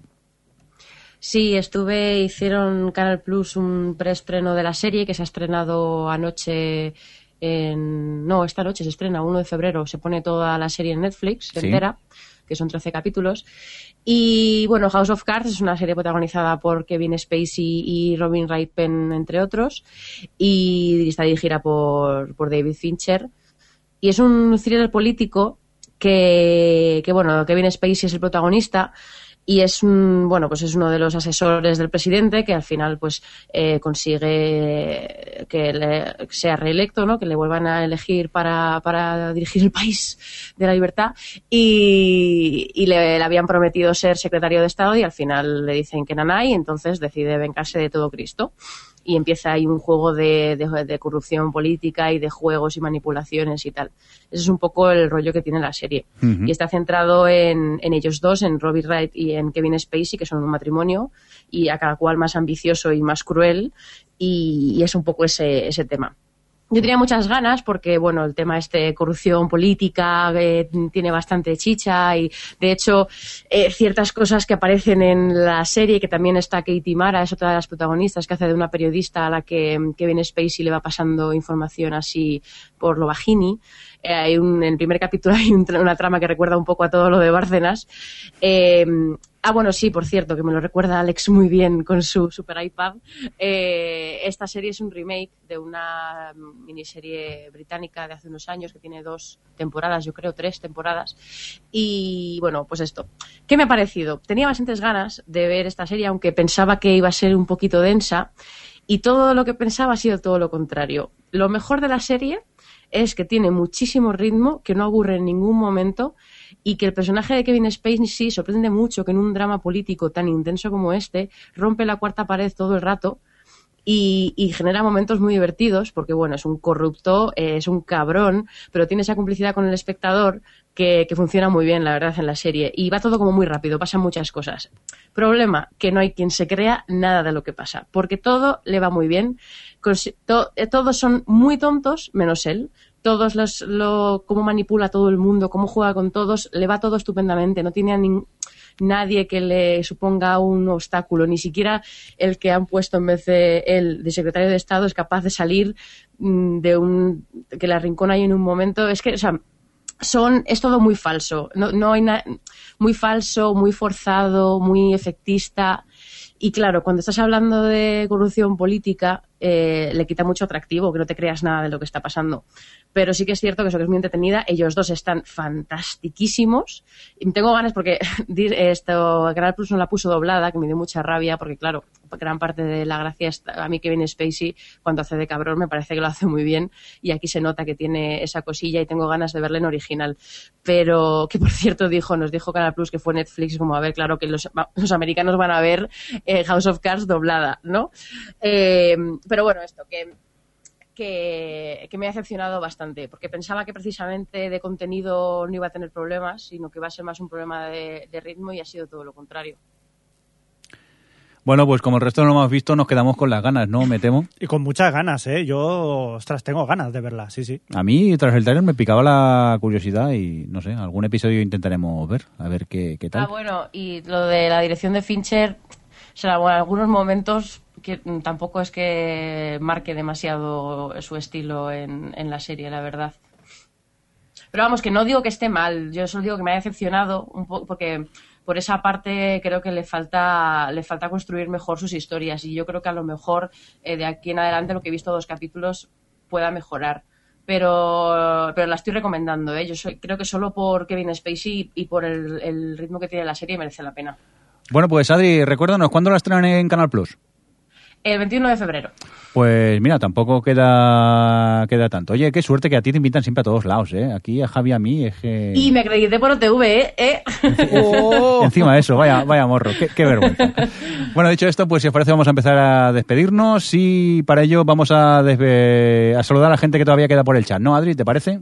Sí, estuve, hicieron Canal Plus un preestreno de la serie que se ha estrenado anoche, en, no, esta noche se estrena, uno de febrero, se pone toda la serie en Netflix, sí. entera, que son trece capítulos. Y bueno, House of Cards es una serie protagonizada por Kevin Spacey y Robin Wright Penn, entre otros, y está dirigida por, por David Fincher. Y es un thriller político que, que, bueno, Kevin Spacey es el protagonista y es un, bueno, pues es uno de los asesores del presidente que al final pues eh, consigue que le, sea reelecto, ¿no? Que le vuelvan a elegir para, para dirigir el país de la libertad, y, y le, le habían prometido ser secretario de Estado y al final le dicen que nanay, y entonces decide vengarse de todo Cristo. Y empieza ahí un juego de, de, de corrupción política y de juegos y manipulaciones y tal. Ese es un poco el rollo que tiene la serie. Uh-huh. Y está centrado en, en ellos dos, en Robin Wright y en Kevin Spacey, que son un matrimonio, y a cada cual más ambicioso y más cruel, y, y es un poco ese, ese tema. Yo tenía muchas ganas porque, bueno, el tema este corrupción política eh, tiene bastante chicha, y de hecho eh, ciertas cosas que aparecen en la serie, que también está Katie Mara, es otra de las protagonistas, que hace de una periodista a la que Kevin Spacey le va pasando información así por lo bajini. Eh, hay un, en el primer capítulo hay un, una trama que recuerda un poco a todo lo de Bárcenas. Eh, Ah, bueno, sí, por cierto, que me lo recuerda Alex muy bien con su super iPad. Eh, esta serie es un remake de una miniserie británica de hace unos años que tiene dos temporadas, yo creo, tres temporadas. Y bueno, pues esto. ¿Qué me ha parecido? Tenía bastantes ganas de ver esta serie, aunque pensaba que iba a ser un poquito densa. Y todo lo que pensaba ha sido todo lo contrario. Lo mejor de la serie es que tiene muchísimo ritmo, que no aburre en ningún momento, y que el personaje de Kevin Spacey sí sorprende mucho que en un drama político tan intenso como este rompe la cuarta pared todo el rato y, y genera momentos muy divertidos, porque bueno, es un corrupto, eh, es un cabrón, pero tiene esa complicidad con el espectador que, que funciona muy bien, la verdad, en la serie, y va todo como muy rápido, pasan muchas cosas. Problema, que no hay quien se crea nada de lo que pasa, porque todo le va muy bien, to, eh, todos son muy tontos, menos él. Todos los, lo, cómo manipula a todo el mundo, cómo juega con todos, le va todo estupendamente, no tiene a ni, nadie que le suponga un obstáculo, ni siquiera el que han puesto en vez de él de secretario de Estado es capaz de salir de un, que le arrincona ahí en un momento. Es que, o sea, son, es todo muy falso, no, no hay na, muy falso, muy forzado, muy efectista. Y claro, cuando estás hablando de corrupción política, eh, le quita mucho atractivo, que no te creas nada de lo que está pasando. Pero sí que es cierto que eso que es muy entretenida. Ellos dos están fantastiquísimos. Y tengo ganas porque esto Canal Plus no la puso doblada, que me dio mucha rabia, porque claro, gran parte de la gracia es a mí Kevin Spacey cuando hace de cabrón, me parece que lo hace muy bien, y aquí se nota que tiene esa cosilla y tengo ganas de verla en original. Pero que por cierto dijo, nos dijo Canal Plus que fue Netflix, como a ver, claro que los, los americanos van a ver eh, House of Cards doblada, ¿no? Eh, pero bueno, esto, que Que, que me ha decepcionado bastante, porque pensaba que precisamente de contenido no iba a tener problemas, sino que va a ser más un problema de, de ritmo, y ha sido todo lo contrario. Bueno, pues como el resto no lo hemos visto, nos quedamos con las ganas, ¿no? Me temo. Y con muchas ganas, ¿eh? Yo, ostras, tengo ganas de verla, sí, sí. A mí, tras el trailer, me picaba la curiosidad y, no sé, algún episodio intentaremos ver, a ver qué, qué tal. Ah, bueno, y lo de la dirección de Fincher, o sea, bueno, en algunos momentos que tampoco es que marque demasiado su estilo en, en la serie, la verdad. Pero vamos, que no digo que esté mal, yo solo digo que me ha decepcionado un poco, porque por esa parte creo que le falta le falta construir mejor sus historias, y yo creo que a lo mejor eh, de aquí en adelante, lo que he visto dos capítulos, pueda mejorar. Pero, pero la estoy recomendando, ¿eh? Yo soy, creo que solo por Kevin Spacey y por el, el ritmo que tiene la serie merece la pena. Bueno, pues Adri, recuérdanos, ¿cuándo la estrenan en Canal Plus? El veintiuno de febrero. Pues mira, tampoco queda queda tanto. Oye, qué suerte que a ti te invitan siempre a todos lados, ¿eh? Aquí a Javi, a mí, es que... Y me acredité por O T V, ¿eh? ¿Eh? Oh. Encima de eso, vaya, vaya morro, qué, qué vergüenza. Bueno, dicho esto, pues si os parece vamos a empezar a despedirnos, y para ello vamos a, desve... a saludar a la gente que todavía queda por el chat, ¿no, Adri? ¿Te parece?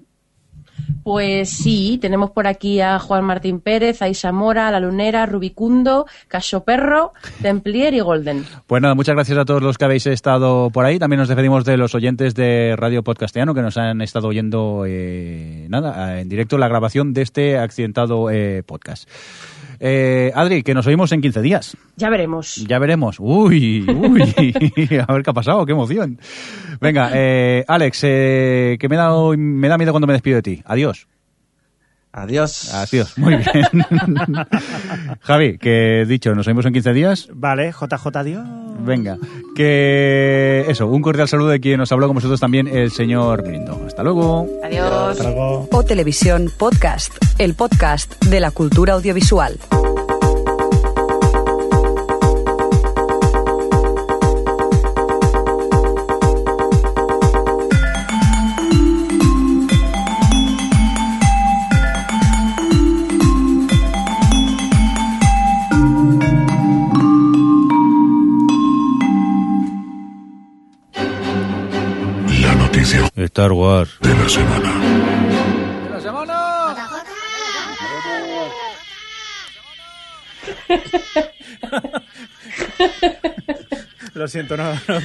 Pues sí, tenemos por aquí a Juan Martín Pérez, a Isa Mora, a La Lunera, Rubicundo, Caso Perro, Templier y Golden. Pues nada, muchas gracias a todos los que habéis estado por ahí. También nos despedimos de los oyentes de Radio Podcastiano que nos han estado oyendo eh, nada, en directo la grabación de este accidentado eh, podcast. Eh, Adri, que nos oímos en quince días. Ya veremos. Ya veremos. Uy, uy. A ver qué ha pasado, qué emoción. Venga, eh, Alex, eh, que me da, me da miedo cuando me despido de ti. Adiós. Adiós. Adiós, muy bien. Javi, que dicho, nos oímos en quince días. Vale, J J, adiós. Venga, que eso, un cordial saludo de quien nos habló con vosotros también, el señor Mirindo. Hasta luego. Adiós. Hasta luego. O Televisión Podcast, el podcast de la cultura audiovisual. Star Wars. De la semana. ¡De la semana! Lo siento, no, no.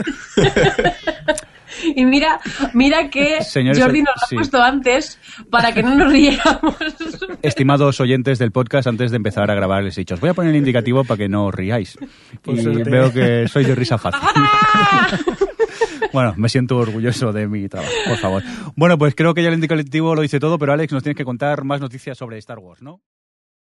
Y mira, mira que Señores, Jordi nos lo sí. ha puesto antes para que no nos riéramos. Estimados oyentes del podcast, antes de empezar a grabar les he dicho, os voy a poner el indicativo para que no os riáis. Por y suerte. veo que soy de risa fácil. Bueno, me siento orgulloso de mi trabajo, por favor. Bueno, pues creo que ya el indicativo lo dice todo, pero Alex, nos tienes que contar más noticias sobre Star Wars, ¿no?